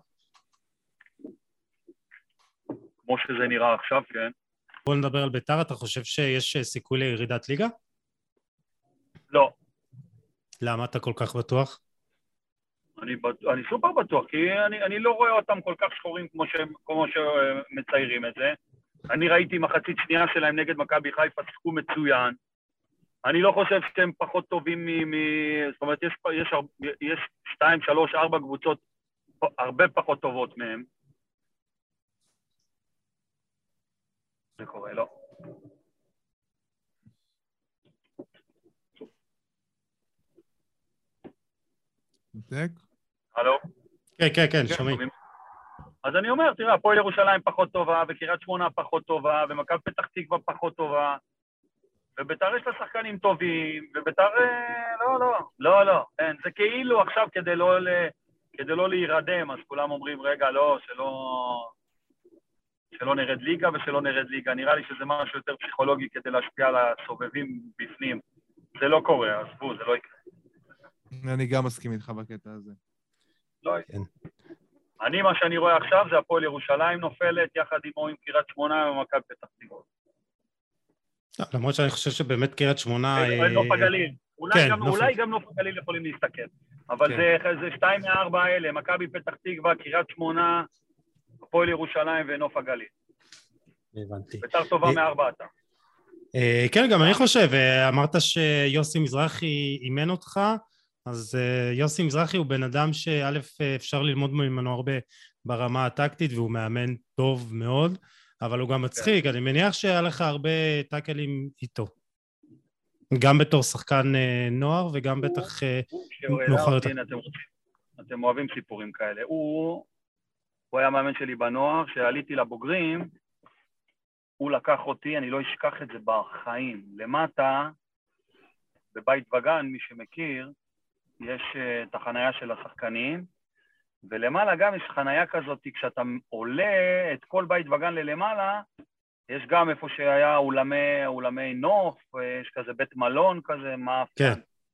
כמו שזה נראה עכשיו, כן. בוא נדבר על ביתר, אתה חושב שיש סיכוי לירידת ליגה? לא. למה אתה כל כך בטוח? אני, אני סופר בטוח, כי אני, אני לא רואה אותם כל כך שחורים כמו, ש, כמו שמציירים את זה. אני ראיתי מחצית שנייה שלהם נגד מכבי חיפה, שיחקו מצוין. אני לא חושב שהם פחות טובים מ... מ זאת אומרת, יש, יש, יש שתיים, שלוש, ארבע קבוצות הרבה פחות טובות מהם. זה קורה, לא. נתק? הלו? כן, כן, כן, שומעים. אז אני אומר, תראה, הפועל ירושלים פחות טובה, וקריית שמונה פחות טובה, ומכבי פתח תקווה פחות טובה, וביתר יש לה שחקנים טובים, וביתר, לא, לא, לא, לא, אין, זה כאילו עכשיו כדי לא, כדי לא להירדם, אז כולם אומרים, רגע, לא, שלא, שלא נרד ליגה ושלא נרד ליגה, נראה לי שזה משהו יותר פסיכולוגי כדי להשפיע על הסובבים בפנים, זה לא קורה, עזבו, זה לא יקרה. אני גם מסכים איתך בקטע הזה. לא יקרה. אני, מה שאני רואה עכשיו זה הפועל ירושלים נופלת, יחד עמו עם קריית שמונה ומכבי פתח תקווה. למרות שאני חושב שבאמת קריית שמונה... נוף הגליל. אולי גם נוף הגליל יכולים להסתכל. אבל זה שתיים מארבע האלה, מכבי פתח תקווה, קריית שמונה, הפועל ירושלים ונוף הגליל. הבנתי. ביתר טובה מארבעתה. כן, גם אני חושב, אמרת שיוסי מזרחי אימן אותך, אז יוסי מזרחי הוא בן אדם שא' אפשר ללמוד ממנו הרבה ברמה הטקטית, והוא מאמן טוב מאוד, אבל הוא גם מצחיק, אני מניח שהיה לך הרבה טאקלים איתו. גם בתור שחקן נוער, וגם בטח מאוחר יותר. אתם אוהבים סיפורים כאלה. הוא היה מאמן שלי בנוער, שעליתי לבוגרים, הוא לקח אותי, אני לא אשכח את זה בחיים. למטה, בבית וגן, מי שמכיר, יש את החנייה של השחקנים, ולמעלה גם יש חנייה כזאת, כשאתה עולה את כל בית וגן ללמעלה, יש גם איפה שהיה אולמי, אולמי נוף, יש כזה בית מלון כזה, מאפן. כן.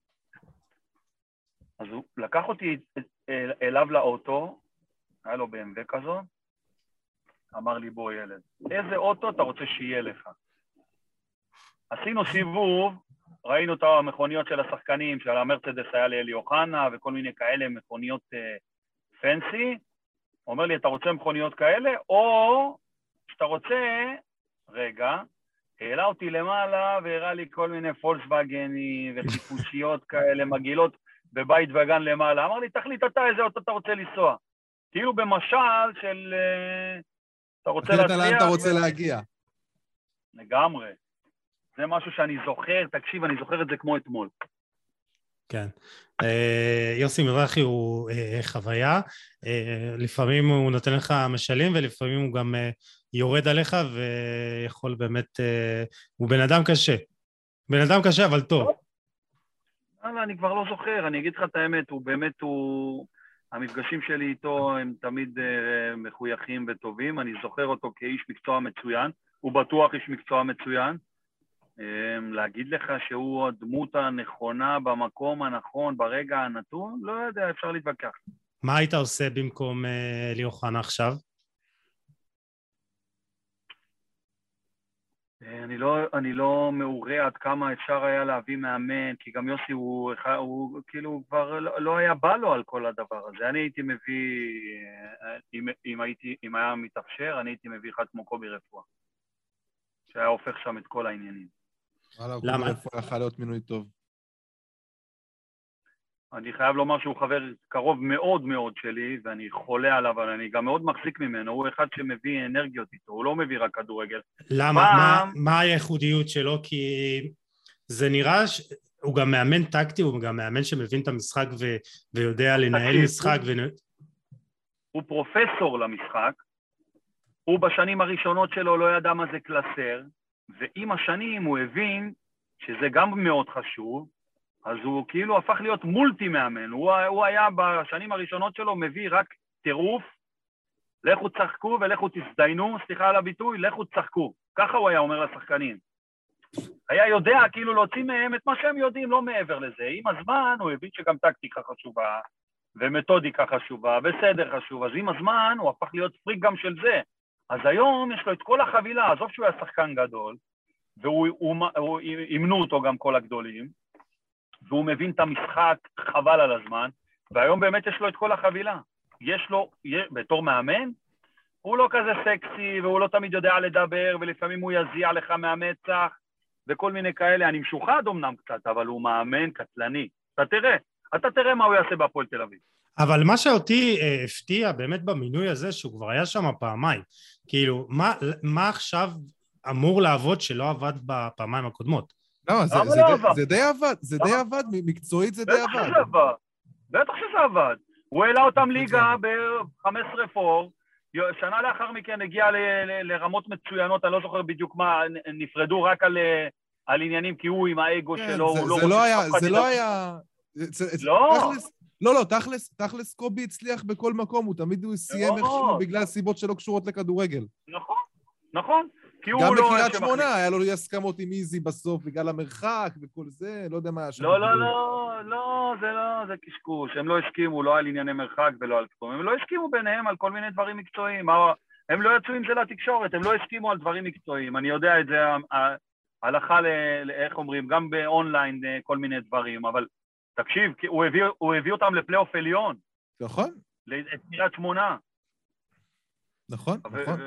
אז הוא לקח אותי אליו לאוטו, היה לו בי אם דאבליו כזו, אמר לי, בוא ילד, איזה אוטו אתה רוצה שיהיה לך? עשינו סיבוב, ראינו את המכוניות של השחקנים, של המרצדס היה לאלי אוחנה, וכל מיני כאלה מכוניות אה, פנסי. אומר לי, אתה רוצה מכוניות כאלה, או שאתה רוצה, רגע, העלה אותי למעלה, והראה לי כל מיני פולקסווגנים וטיפוסיות כאלה, מגעילות בבית וגן למעלה. אמר לי, תחליט אתה איזה אוטו אתה רוצה לנסוע. כאילו במשל של... אה, אתה רוצה תחליט להצליח... לאן אתה רוצה להגיע. לגמרי. זה משהו שאני זוכר, תקשיב, אני זוכר את זה כמו אתמול. כן. יוסי מזרחי הוא חוויה, לפעמים הוא נותן לך משלים ולפעמים הוא גם יורד עליך ויכול באמת, הוא בן אדם קשה. בן אדם קשה אבל טוב. לא, אני כבר לא זוכר, אני אגיד לך את האמת, הוא באמת, הוא... המפגשים שלי איתו הם תמיד מחויכים וטובים, אני זוכר אותו כאיש מקצוע מצוין, הוא בטוח איש מקצוע מצוין, להגיד לך שהוא הדמות הנכונה במקום הנכון, ברגע הנתון, לא יודע, אפשר להתווכח. מה היית עושה במקום אלי אוחנה עכשיו? אני לא, אני לא מעורה עד כמה אפשר היה להביא מאמן, כי גם יוסי הוא, הוא כאילו כבר לא, לא היה בא לו על כל הדבר הזה. אני הייתי מביא, אם, אם, הייתי, אם היה מתאפשר, אני הייתי מביא אחד כמו קובי רפואה, שהיה הופך שם את כל העניינים. למה? קובי רפואה יכול להיות מינוי טוב. אני חייב לומר שהוא חבר קרוב מאוד מאוד שלי, ואני חולה עליו, אבל אני גם מאוד מחזיק ממנו. הוא אחד שמביא אנרגיות איתו, הוא לא מביא רק כדורגל. למה? פעם... מה, מה הייחודיות שלו? כי זה נראה, ש... הוא גם מאמן טקטי, הוא גם מאמן שמבין את המשחק ו... ויודע לנהל משחק. הוא... ו... הוא פרופסור למשחק, הוא בשנים הראשונות שלו לא ידע מה זה קלסר, ועם השנים הוא הבין שזה גם מאוד חשוב, אז הוא כאילו הפך להיות מולטי מאמן, הוא, הוא היה בשנים הראשונות שלו מביא רק טירוף, לכו צחקו ולכו תזדיינו, סליחה על הביטוי, לכו צחקו, ככה הוא היה אומר לשחקנים. היה יודע כאילו להוציא מהם את מה שהם יודעים, לא מעבר לזה. עם הזמן הוא הבין שגם טקטיקה חשובה, ומתודיקה חשובה, וסדר חשוב, אז עם הזמן הוא הפך להיות פריק גם של זה. אז היום יש לו את כל החבילה, עזוב שהוא היה שחקן גדול, והוא הוא, הוא, אימנו אותו גם כל הגדולים, והוא מבין את המשחק חבל על הזמן, והיום באמת יש לו את כל החבילה. יש לו, בתור מאמן, הוא לא כזה סקסי, והוא לא תמיד יודע לדבר, ולפעמים הוא יזיע לך מהמצח, וכל מיני כאלה. אני משוחד אמנם קצת, אבל הוא מאמן קטלני. אתה תראה, אתה תראה מה הוא יעשה בהפועל תל אביב. אבל מה שאותי אה, הפתיע באמת במינוי הזה, שהוא כבר היה שם פעמיים, כאילו, מה, מה עכשיו אמור לעבוד שלא עבד בפעמיים הקודמות? לא, זה, זה, לא די, זה די עבד, זה די עבד, מקצועית זה די עבד. עבד. בטח שזה עבד. הוא העלה אותם ליגה ב-חמש עשרה פור, שנה לאחר מכן הגיע ל- ל- לרמות מצוינות, אני לא זוכר בדיוק מה, נפרדו רק על, על עניינים, כי הוא עם האגו כן, שלו, זה, הוא לא... זה לא היה, זה לא היה... זה, לא. תכלס, לא, לא, תכלס, תכלס קובי הצליח בכל מקום, הוא תמיד הוא סיים לא. איכשהו בגלל סיבות שלא קשורות לכדורגל. נכון, נכון. גם בקריית שמונה היה לו אי הסכמות עם איזי בסוף, בגלל המרחק וכל זה, לא יודע מה היה שם. לא, לא, לא, לא, זה לא, זה קשקוש. הם לא הסכימו, לא על ענייני מרחק ולא על כתום. הם לא הסכימו ביניהם על כל מיני דברים מקצועיים. הם לא יצאו עם זה לתקשורת, הם לא הסכימו על דברים מקצועיים. אני יודע את זה, הלכה לאיך אומרים, גם באונליין כל מיני דברים, אבל תקשיב, הוא הביא, הוא הביא אותם לפלייאוף עליון. נכון. את קריית שמונה. נכון, נכון.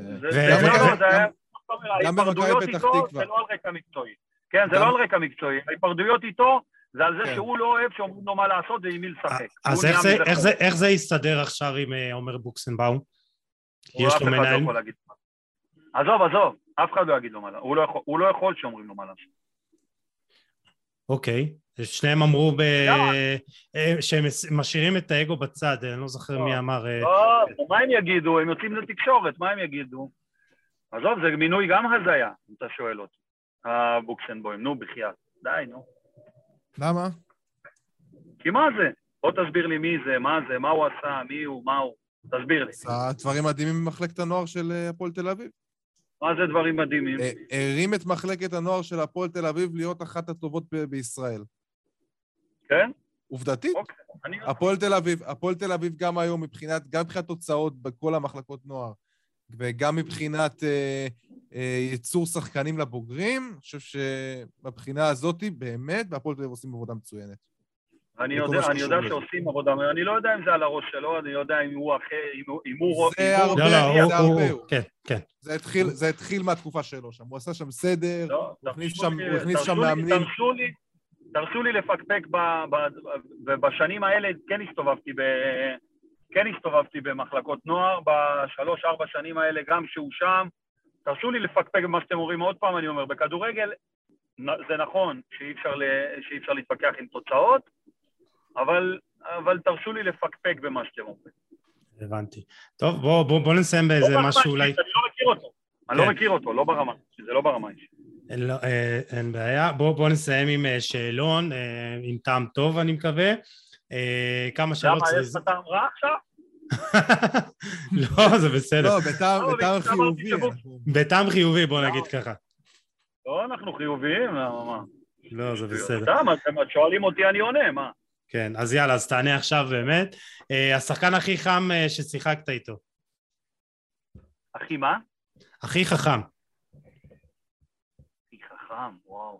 גם ההיפרדויות איתו זה לא על רקע מקצועי. כן, זה לא על רקע מקצועי. ההיפרדויות איתו זה על זה שהוא לא אוהב שאומרים לו מה לעשות ועם מי לשחק. אז איך זה יסתדר עכשיו עם עומר בוקסנבאום? יש לו מנהל? עזוב, עזוב, אף אחד לא יגיד לו מה לעשות. הוא לא יכול שאומרים לו מה לעשות. אוקיי. שניהם אמרו שהם משאירים את האגו בצד, אני לא זוכר מי אמר. לא, מה הם יגידו? הם יוצאים לתקשורת, מה הם יגידו? עזוב, זה מינוי גם הזיה, אם אתה שואל אותי. הבוקסנבוים, נו, בחייאת. די, נו. למה? כי מה זה? בוא תסביר לי מי זה, מה זה, מה הוא עשה, מי הוא, מה הוא. תסביר לי. עשה דברים מדהימים במחלקת הנוער של הפועל תל אביב. מה זה דברים מדהימים? הרים את מחלקת הנוער של הפועל תל אביב להיות אחת הטובות בישראל. כן? עובדתית. הפועל תל אביב, הפועל תל אביב גם היום מבחינת, גם מבחינת תוצאות בכל המחלקות נוער, וגם מבחינת אה, אה, ייצור שחקנים לבוגרים, אני חושב שבבחינה הזאת באמת, בהפועל תל אביב עושים עבודה מצוינת. אני יודע, אני יודע שעושים עבודה, אני לא יודע אם זה על הראש שלו, אני לא יודע אם הוא אחר, אם הוא... זה הרבה, זה הרבה. כן, כן. זה התחיל מהתקופה שלו שם, הוא עשה שם סדר, הוא הכניס שם מאמנים. תרשו לי לפקפק, ובשנים האלה כן הסתובבתי ב... כן הסתובבתי במחלקות נוער, בשלוש, ארבע שנים האלה, גם שהוא שם, תרשו לי לפקפק במה שאתם אומרים, עוד פעם אני אומר, בכדורגל זה נכון שאי אפשר, שאי אפשר להתפקח עם תוצאות, אבל, אבל תרשו לי לפקפק במה שאתם אומרים. הבנתי. טוב, בוא, בוא, בוא נסיים באיזה לא משהו אולי... אני לא מכיר אותו, אני לא מכיר אותו, לא ברמה, זה לא ברמה אישית. לא, אה, אין בעיה, בוא, בוא נסיים עם שאלון, אה, עם טעם טוב אני מקווה. אה, כמה שאלות... למה, יש טעם רע עכשיו? לא, זה בסדר. לא, בטעם חיובי. בטעם חיובי, בוא נגיד ככה. לא, אנחנו חיוביים, מה? לא, זה בסדר. סתם, אתם שואלים אותי, אני עונה, מה? כן, אז יאללה, אז תענה עכשיו באמת. השחקן הכי חם ששיחקת איתו. הכי מה? הכי חכם. הכי חכם, וואו.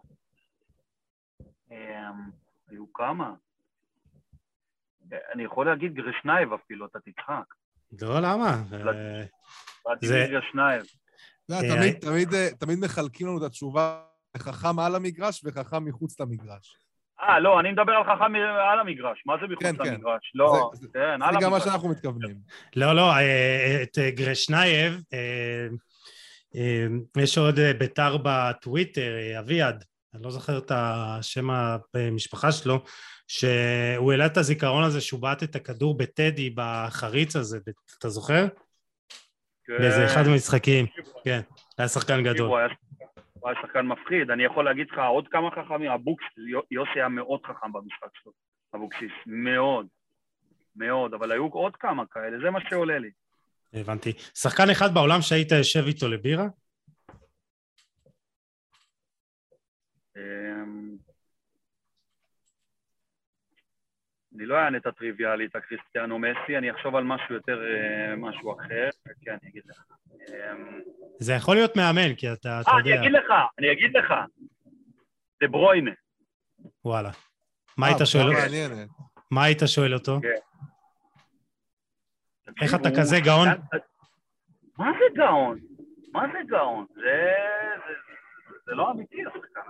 היו כמה? אני יכול להגיד גרשנייב אפילו, אתה תצחק. לא, למה? באתי מגרשנייב. תמיד מחלקים לנו את התשובה חכם על המגרש וחכם מחוץ למגרש. אה, לא, אני מדבר על חכם על המגרש. מה זה מחוץ למגרש? לא, כן, על המגרש. זה גם מה שאנחנו מתכוונים. לא, לא, את גרשנייב, יש עוד ביתר בטוויטר, אביעד, אני לא זוכר את השם המשפחה שלו, שהוא העלה את הזיכרון הזה שהוא בעט את הכדור בטדי בחריץ הזה, אתה זוכר? כן. באיזה אחד המשחקים, כן, היה שחקן גדול. הוא היה שחקן מפחיד, אני יכול להגיד לך עוד כמה חכמים, הבוקסיס, יוסי היה מאוד חכם במשחק שלו, הבוקסיס, מאוד, מאוד, אבל היו עוד כמה כאלה, זה מה שעולה לי. הבנתי. שחקן אחד בעולם שהיית יושב איתו לבירה? אני לא אענה את הטריוויאלי, את הקריסטיאנו מסי, אני אחשוב על משהו יותר, משהו אחר, כן, אני אגיד לך. זה יכול להיות מאמן, כי אתה, אתה יודע... אה, אני אגיד לך, אני אגיד לך. דה ברוינה. וואלה. מה היית שואל אותו? מה היית שואל אותו? איך אתה כזה גאון? מה זה גאון? מה זה גאון? זה לא אמיתי, השחקן.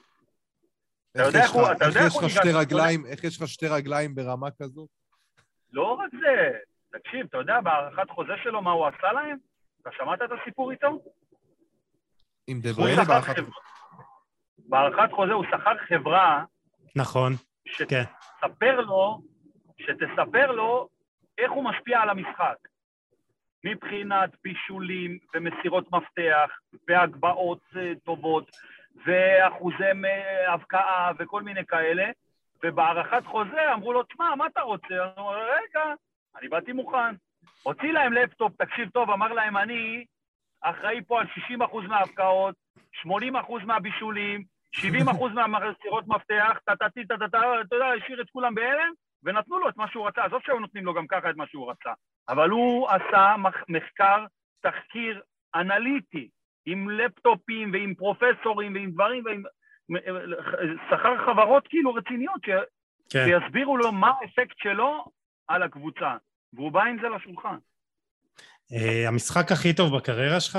איך יש לך שתי רגליים ברמה כזאת? לא רק זה. תקשיב, אתה יודע, בהערכת חוזה שלו מה הוא עשה להם? אתה שמעת את הסיפור איתו? עם דה ברוינה בהערכת חוזה. בהערכת חוזה הוא שכר חברה... נכון, כן. שתספר לו, שתספר לו איך הוא משפיע על המשחק. מבחינת בישולים ומסירות מפתח והגבעות טובות ואחוזי הבקעה וכל מיני כאלה, ובהערכת חוזה אמרו לו, תשמע, מה אתה רוצה? אני אומר, רגע, אני באתי מוכן. הוציא להם לפטופ, תקשיב טוב, אמר להם, אני אחראי פה על שישים אחוז מההבקעות, שמונים אחוז מהבישולים, שבעים אחוז מהמסירות מפתח, תתתי, תתתה, אתה יודע, השאיר את כולם בהלם, ונתנו לו את מה שהוא רצה. עזוב שהיו נותנים לו גם ככה את מה שהוא רצה. אבל הוא עשה מחקר, תחקיר אנליטי, עם לפטופים ועם פרופסורים ועם דברים, ועם שכר חברות כאילו רציניות, שיסבירו לו מה האפקט שלו על הקבוצה. והוא בא עם זה לשולחן. המשחק הכי טוב בקריירה שלך?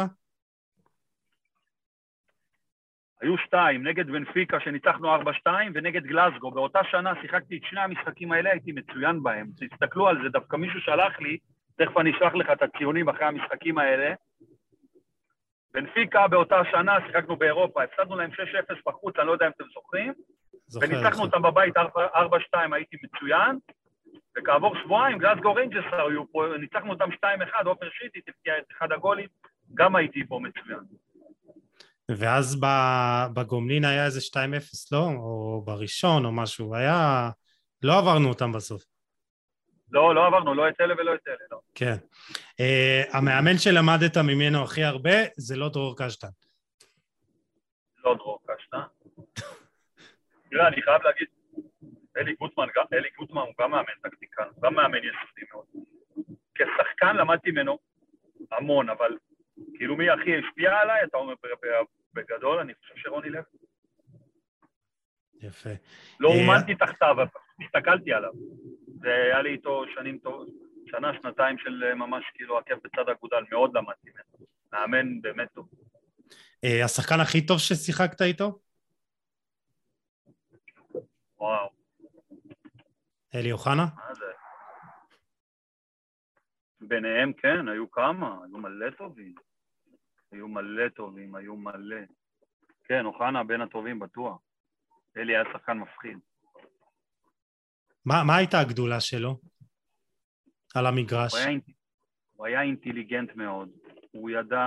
היו שתיים, נגד בנפיקה שניצחנו ארבע שתיים, ונגד גלזגו. באותה שנה שיחקתי את שני המשחקים האלה, הייתי מצוין בהם. תסתכלו על זה, דווקא מישהו שלח לי, תכף אני אשלח לך את הציונים אחרי המשחקים האלה. בנפיקה באותה שנה שיחקנו באירופה, הפסדנו להם שש אפס בחוץ, אני לא יודע אם אתם זוכרים, וניצחנו אותם בבית ארבע שתיים, הייתי מצוין, וכעבור שבועיים גלזגו ריינג'רס היו פה, ניצחנו אותם שתיים אחד, עופר שיטי תפקיע את אחד הגולים, גם הייתי פה מצוין. ואז בגומלין היה איזה שתיים אפס, לא? או בראשון או משהו, היה... לא עברנו אותם בסוף. לא, לא עברנו, לא את אלה ולא את אלה, לא. כן. Uh, המאמן שלמדת ממנו הכי הרבה, זה לא דרור קשטן. לא דרור קשטן. תראה, אני חייב להגיד, אלי גוטמן, אלי גוטמן הוא גם מאמן טקטיקן, הוא גם מאמן יסודי מאוד. כשחקן למדתי ממנו המון, אבל כאילו מי הכי השפיע עליי, אתה אומר בגדול, אני חושב שרוני לוי. יפה. לא אומנתי תחתיו, אבל הסתכלתי עליו. זה היה לי איתו שנים טוב, שנה, שנתיים של ממש כאילו עקב בצד אגודל, מאוד למדתי ממנו. מאמן באמת טוב. השחקן הכי טוב ששיחקת איתו? וואו. אלי אוחנה? מה זה? ביניהם כן, היו כמה, היו מלא טובים. היו מלא טובים, היו מלא. כן, אוחנה בין הטובים בטוח. אלי היה שחקן מפחיד. מה, מה הייתה הגדולה שלו? על המגרש? הוא היה, הוא היה אינטליגנט מאוד. הוא ידע...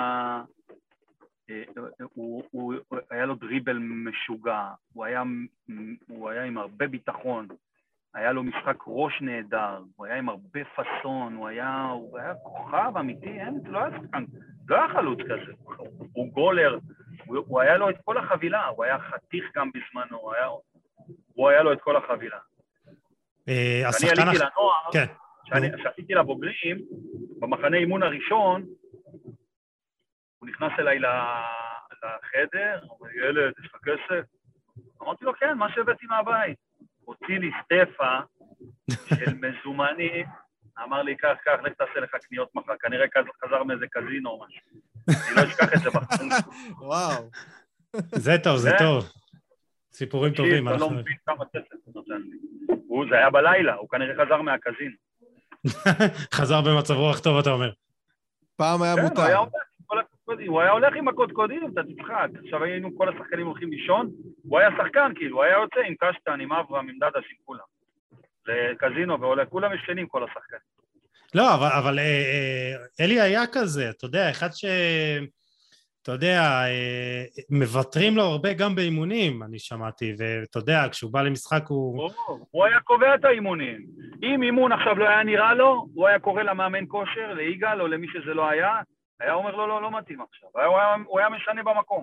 הוא, הוא, הוא, היה לו דריבל משוגע. הוא היה, הוא היה עם הרבה ביטחון. היה לו משחק ראש נהדר. הוא היה עם הרבה פסון. הוא היה, הוא היה כוכב אמיתי. אין, לא היה שחקן. לא היה חלוץ כזה. הוא גולר. הוא, הוא היה לו את כל החבילה. הוא היה חתיך גם בזמנו. הוא היה, הוא היה לו את כל החבילה. כשאני עליתי לנוער, כשעשיתי לבוגרים, במחנה אימון הראשון, הוא נכנס אליי לחדר, הוא אומר, ילד, יש לך כסף? אמרתי לו, כן, מה שהבאתי מהבית. הוציא לי סטפה של מזומני, אמר לי, כך, כך, לך תעשה לך קניות מחר, כנראה חזר מאיזה קזינו או משהו. אני לא אשכח את זה בחיים. וואו. זה טוב, זה טוב. סיפורים טובים. אני לא מבין כמה כסף הוא נותן לי. זה היה בלילה, הוא כנראה חזר מהקזינו. חזר במצב רוח טוב, אתה אומר. פעם היה מותר. הוא היה הולך עם הקודקודים, אתה תצחק. עכשיו היינו כל השחקנים הולכים לישון, הוא היה שחקן, כאילו, הוא היה יוצא עם קשטן, עם אברהם, עם דדש, עם כולם. לקזינו, וכולם ישנים כל השחקנים. לא, אבל, אבל אלי היה כזה, אתה יודע, אחד ש... אתה יודע, מבטרים לו הרבה גם באימונים, אני שמעתי, ואתה יודע, כשהוא בא למשחק הוא... הוא היה קובע את האימונים. אם אימון עכשיו לא היה נראה לו, הוא היה קורא למאמן כושר, ליגאל או למי שזה לא היה, היה אומר לו, לא, לא מתאים עכשיו. הוא היה, הוא היה משנה במקום.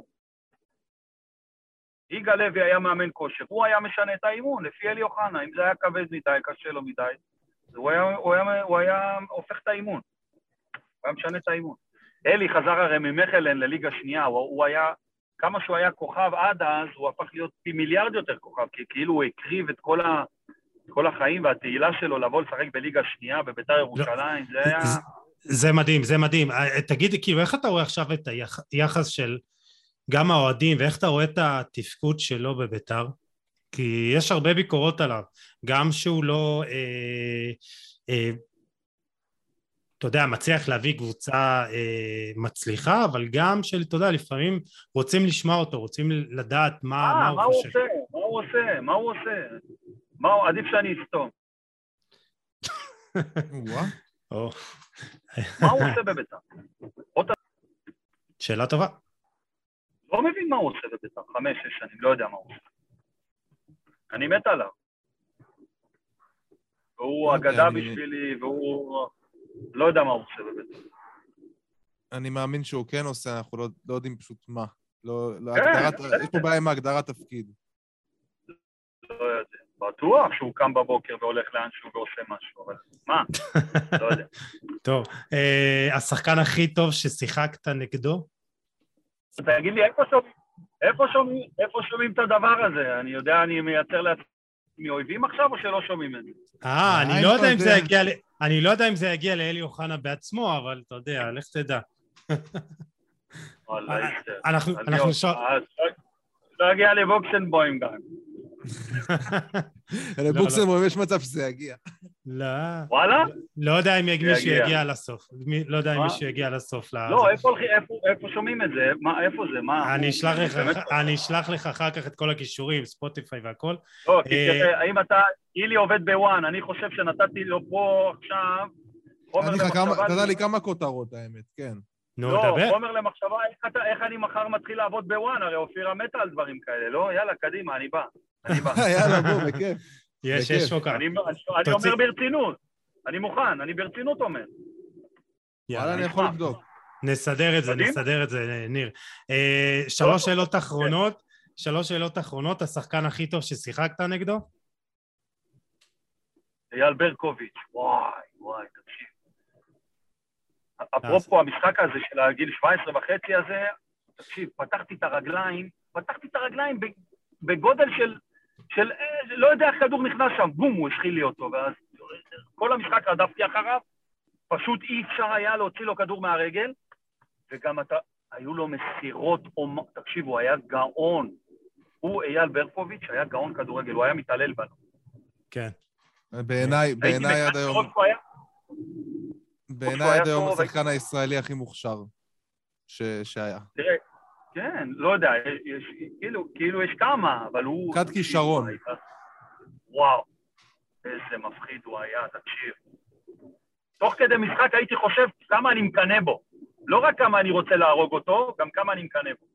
יגאל לוי היה מאמן כושר, הוא היה משנה את האימון, לפי אלי אוחנה, אם זה היה כבד מדי, קשה לו מדי, הוא היה, הוא היה, הוא היה הופך את האימון. הוא היה משנה את האימון. אלי חזר הרי ממכלן לליגה שנייה, הוא, הוא היה, כמה שהוא היה כוכב עד אז, הוא הפך להיות פי מיליארד יותר כוכב, כי כאילו הוא הקריב את כל, ה, כל החיים והתהילה שלו לבוא לשחק בליגה שנייה, בביתר ירושלים, זה היה... זה, זה מדהים, זה מדהים. תגיד, כאילו, איך אתה רואה עכשיו את היחס של גם האוהדים, ואיך אתה רואה את התפקוד שלו בביתר? כי יש הרבה ביקורות עליו, גם שהוא לא... אה, אה, אתה יודע, מצליח להביא קבוצה אה, מצליחה, אבל גם של, אתה יודע, לפעמים רוצים לשמוע אותו, רוצים לדעת מה, אה, מה הוא מה חושב. הוא עושה? מה הוא עושה? מה הוא עושה? מה הוא... עדיף שאני אסתום. מה הוא עושה בביתר? שאלה טובה. לא מבין מה הוא עושה בביתר, חמש, שש שנים, לא יודע מה הוא עושה. אני מת עליו. והוא אגדה בשבילי, והוא... לא יודע מה הוא עושה בביתר. אני מאמין שהוא כן עושה, אנחנו לא, לא יודעים פשוט מה. לא, לא, הגדרת, יש פה בעיה עם הגדרת תפקיד. לא יודע. בטוח שהוא קם בבוקר והולך לאנשהו ועושה משהו, אבל מה? לא יודע. טוב, השחקן הכי טוב ששיחקת נגדו? תגיד לי, איפה שומעים, איפה שומעים, איפה שומעים את הדבר הזה? אני יודע, אני מייצר לעצמי אויבים עכשיו או שלא שומעים את זה? אה, אני לא יודע אם זה יגיע, אני לא יודע אם זה יגיע לאלי אוחנה בעצמו, אבל אתה יודע, לך תדע. אנחנו, אנחנו שואל... לא יגיע לבוקסנבוים גם. לבוקסנבוים יש מצב שזה יגיע. לא. וואלה? לא יודע אם מישהו יגיע לסוף. לא יודע אם מישהו יגיע לסוף. לא, איפה שומעים את זה? איפה זה? מה? אני אשלח לך אחר כך את כל הכישורים, ספוטיפיי והכל. לא, כי האם אתה, אילי עובד בוואן, אני חושב שנתתי לו פה עכשיו... אתה יודע לי כמה כותרות האמת, כן. לא, חומר למחשבה, איך אני מחר מתחיל לעבוד בוואן, הרי אופירה מתה על דברים כאלה, לא? יאללה, קדימה, אני בא. אני בא. יאללה, בוא, בכיף. יש, יש שוקה. אני אומר ברצינות, אני מוכן, אני ברצינות אומר. יאללה, אני יכול לבדוק. נסדר את זה, נסדר את זה, ניר. שלוש שאלות אחרונות, שלוש שאלות אחרונות, השחקן הכי טוב ששיחקת נגדו? אייל ברקוביץ', וואי, וואי, תקשיב. אפרופו המשחק הזה של הגיל שבע עשרה וחצי הזה, תקשיב, פתחתי את הרגליים, פתחתי את הרגליים בגודל של, של, לא יודע איך כדור נכנס שם, בום, הוא השחיל לי אותו, ואז כל המשחק רדפתי אחריו, פשוט אי אפשר היה להוציא לו כדור מהרגל, וגם אתה, היו לו מסירות, תקשיב, הוא היה גאון, הוא אייל ברקוביץ' היה גאון כדורגל, הוא היה מתעלל בנו. כן. בעיניי, בעיניי עד היום, בעיניי עד היום השחקן הישראלי הכי מוכשר שהיה. תראה, כן, לא יודע, כאילו יש כמה, אבל הוא... קד כישרון. וואו, איזה מפחיד הוא היה, תקשיב. תוך כדי משחק הייתי חושב כמה אני מקנה בו. לא רק כמה אני רוצה להרוג אותו, גם כמה אני מקנה בו.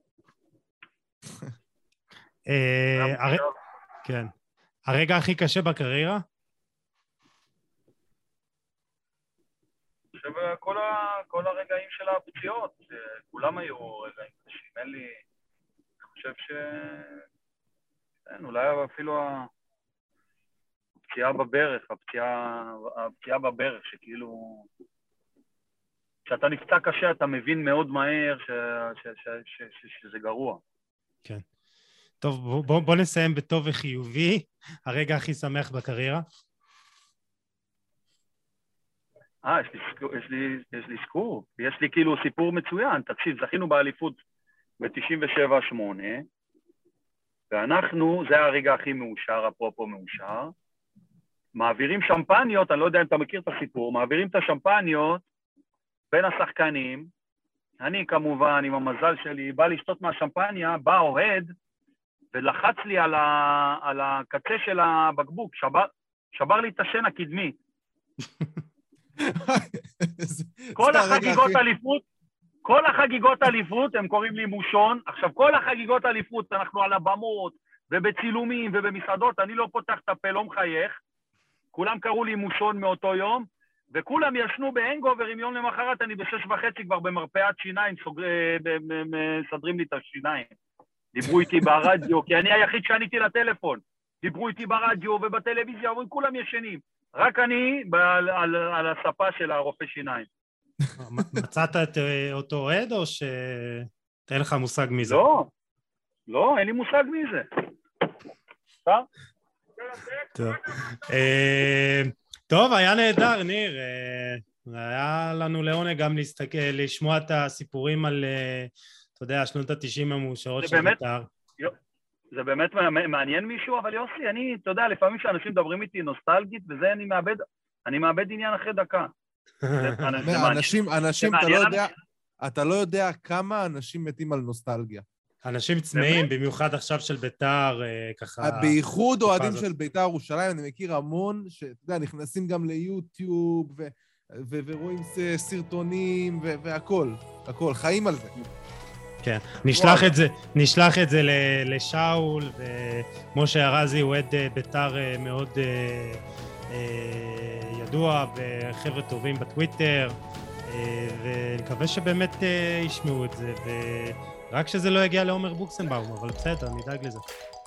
כן. הרגע הכי קשה בקריירה? אני חושב כל הרגעים של הפציעות, כולם היו רגעים קשים. אין לי... אני חושב ש... אין, אולי אפילו הפציעה בברך, הפציעה בברך, שכאילו... כשאתה נפצע קשה, אתה מבין מאוד מהר שזה גרוע. כן. טוב, בוא, בוא נסיים בטוב וחיובי. הרגע הכי שמח בקריירה? אה, יש לי, יש לי, יש לי סקופ. יש לי כאילו סיפור מצוין. תקשיב, זכינו באליפות ב-תשעים ושבע שמונה, ואנחנו, זה הרגע הכי מאושר, אפרופו מאושר, מעבירים שמפניות, אני לא יודע אם אתה מכיר את הסיפור, מעבירים את השמפניות בין השחקנים, אני כמובן, עם המזל שלי, בא לשתות מהשמפניה, בא אוהד, ולחץ לי על, ה... על הקצה של הבקבוק, שבר, שבר לי את השן הקדמי. כל החגיגות אליפות, כל החגיגות אליפות, הם קוראים לי מושון, עכשיו כל החגיגות אליפות, אנחנו על הבמות, ובצילומים ובמסעדות, אני לא פותח את הפה, לא מחייך, כולם קראו לי מושון מאותו יום, וכולם ישנו בהנגובר עם יום למחרת, אני בשש וחצי כבר במרפאת שיניים, מסדרים לי את השיניים. דיברו איתי ברדיו, כי אני היחיד שעניתי לטלפון. דיברו איתי ברדיו ובטלוויזיה, אבל כולם ישנים. רק אני על, על, על הספה של הרופא שיניים. מצאת את אותו אוהד או שאין לך מושג מי זה? לא, לא, אין לי מושג מי זה. טוב? טוב. טוב, היה נהדר, ניר. היה לנו לעונג גם להסתכל, לשמוע את הסיפורים על, אתה יודע, שנות ה-תשעים המאושרות של בית"ר. זה באמת מעניין מישהו, אבל יוסי, אני, אתה יודע, לפעמים שאנשים מדברים איתי נוסטלגית, וזה אני מאבד, אני מאבד עניין אחרי דקה. אנשים, אנשים, אתה לא יודע, אתה לא יודע כמה אנשים מתים על נוסטלגיה. אנשים צמאים, במיוחד עכשיו של בית"ר, ככה... בייחוד אוהדים של בית"ר ירושלים, אני מכיר המון, שאתה יודע, נכנסים גם ליוטיוב, ורואים סרטונים, והכל, הכל, חיים על זה. כן, נשלח את זה, נשלח את זה לשאול, ומשה ארזי הוא עד בית"ר מאוד ידוע, וחבר'ה טובים בטוויטר, ונקווה שבאמת ישמעו את זה, ורק שזה לא יגיע לעומר בוקסנבאום, אבל בסדר, נדאג לזה.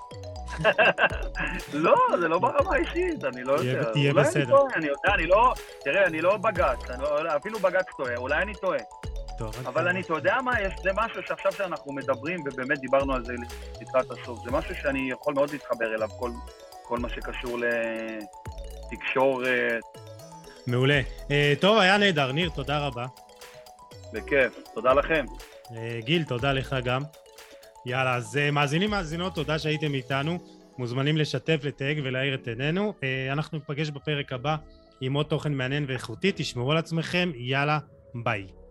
לא, זה לא ברמה אישית, אני לא יודע. יהיה בסדר. אני יודע, אני לא, תראה, אני לא בגץ, אפילו בגץ טועה, אולי אני טועה. אבל אני, אתה יודע מה, זה משהו שעכשיו שאנחנו מדברים, ובאמת דיברנו על זה לקראת הסוף, זה משהו שאני יכול מאוד להתחבר אליו, כל מה שקשור לתקשורת. מעולה. טוב, היה נהדר. ניר, תודה רבה. בכיף, תודה לכם. גיל, תודה לך גם. יאללה, אז מאזינים מאזינות, תודה שהייתם איתנו, מוזמנים לשתף, לתייג ולהאיר את עינינו. אנחנו נפגש בפרק הבא עם עוד תוכן מעניין ואיכותי, תשמרו על עצמכם, יאללה, ביי.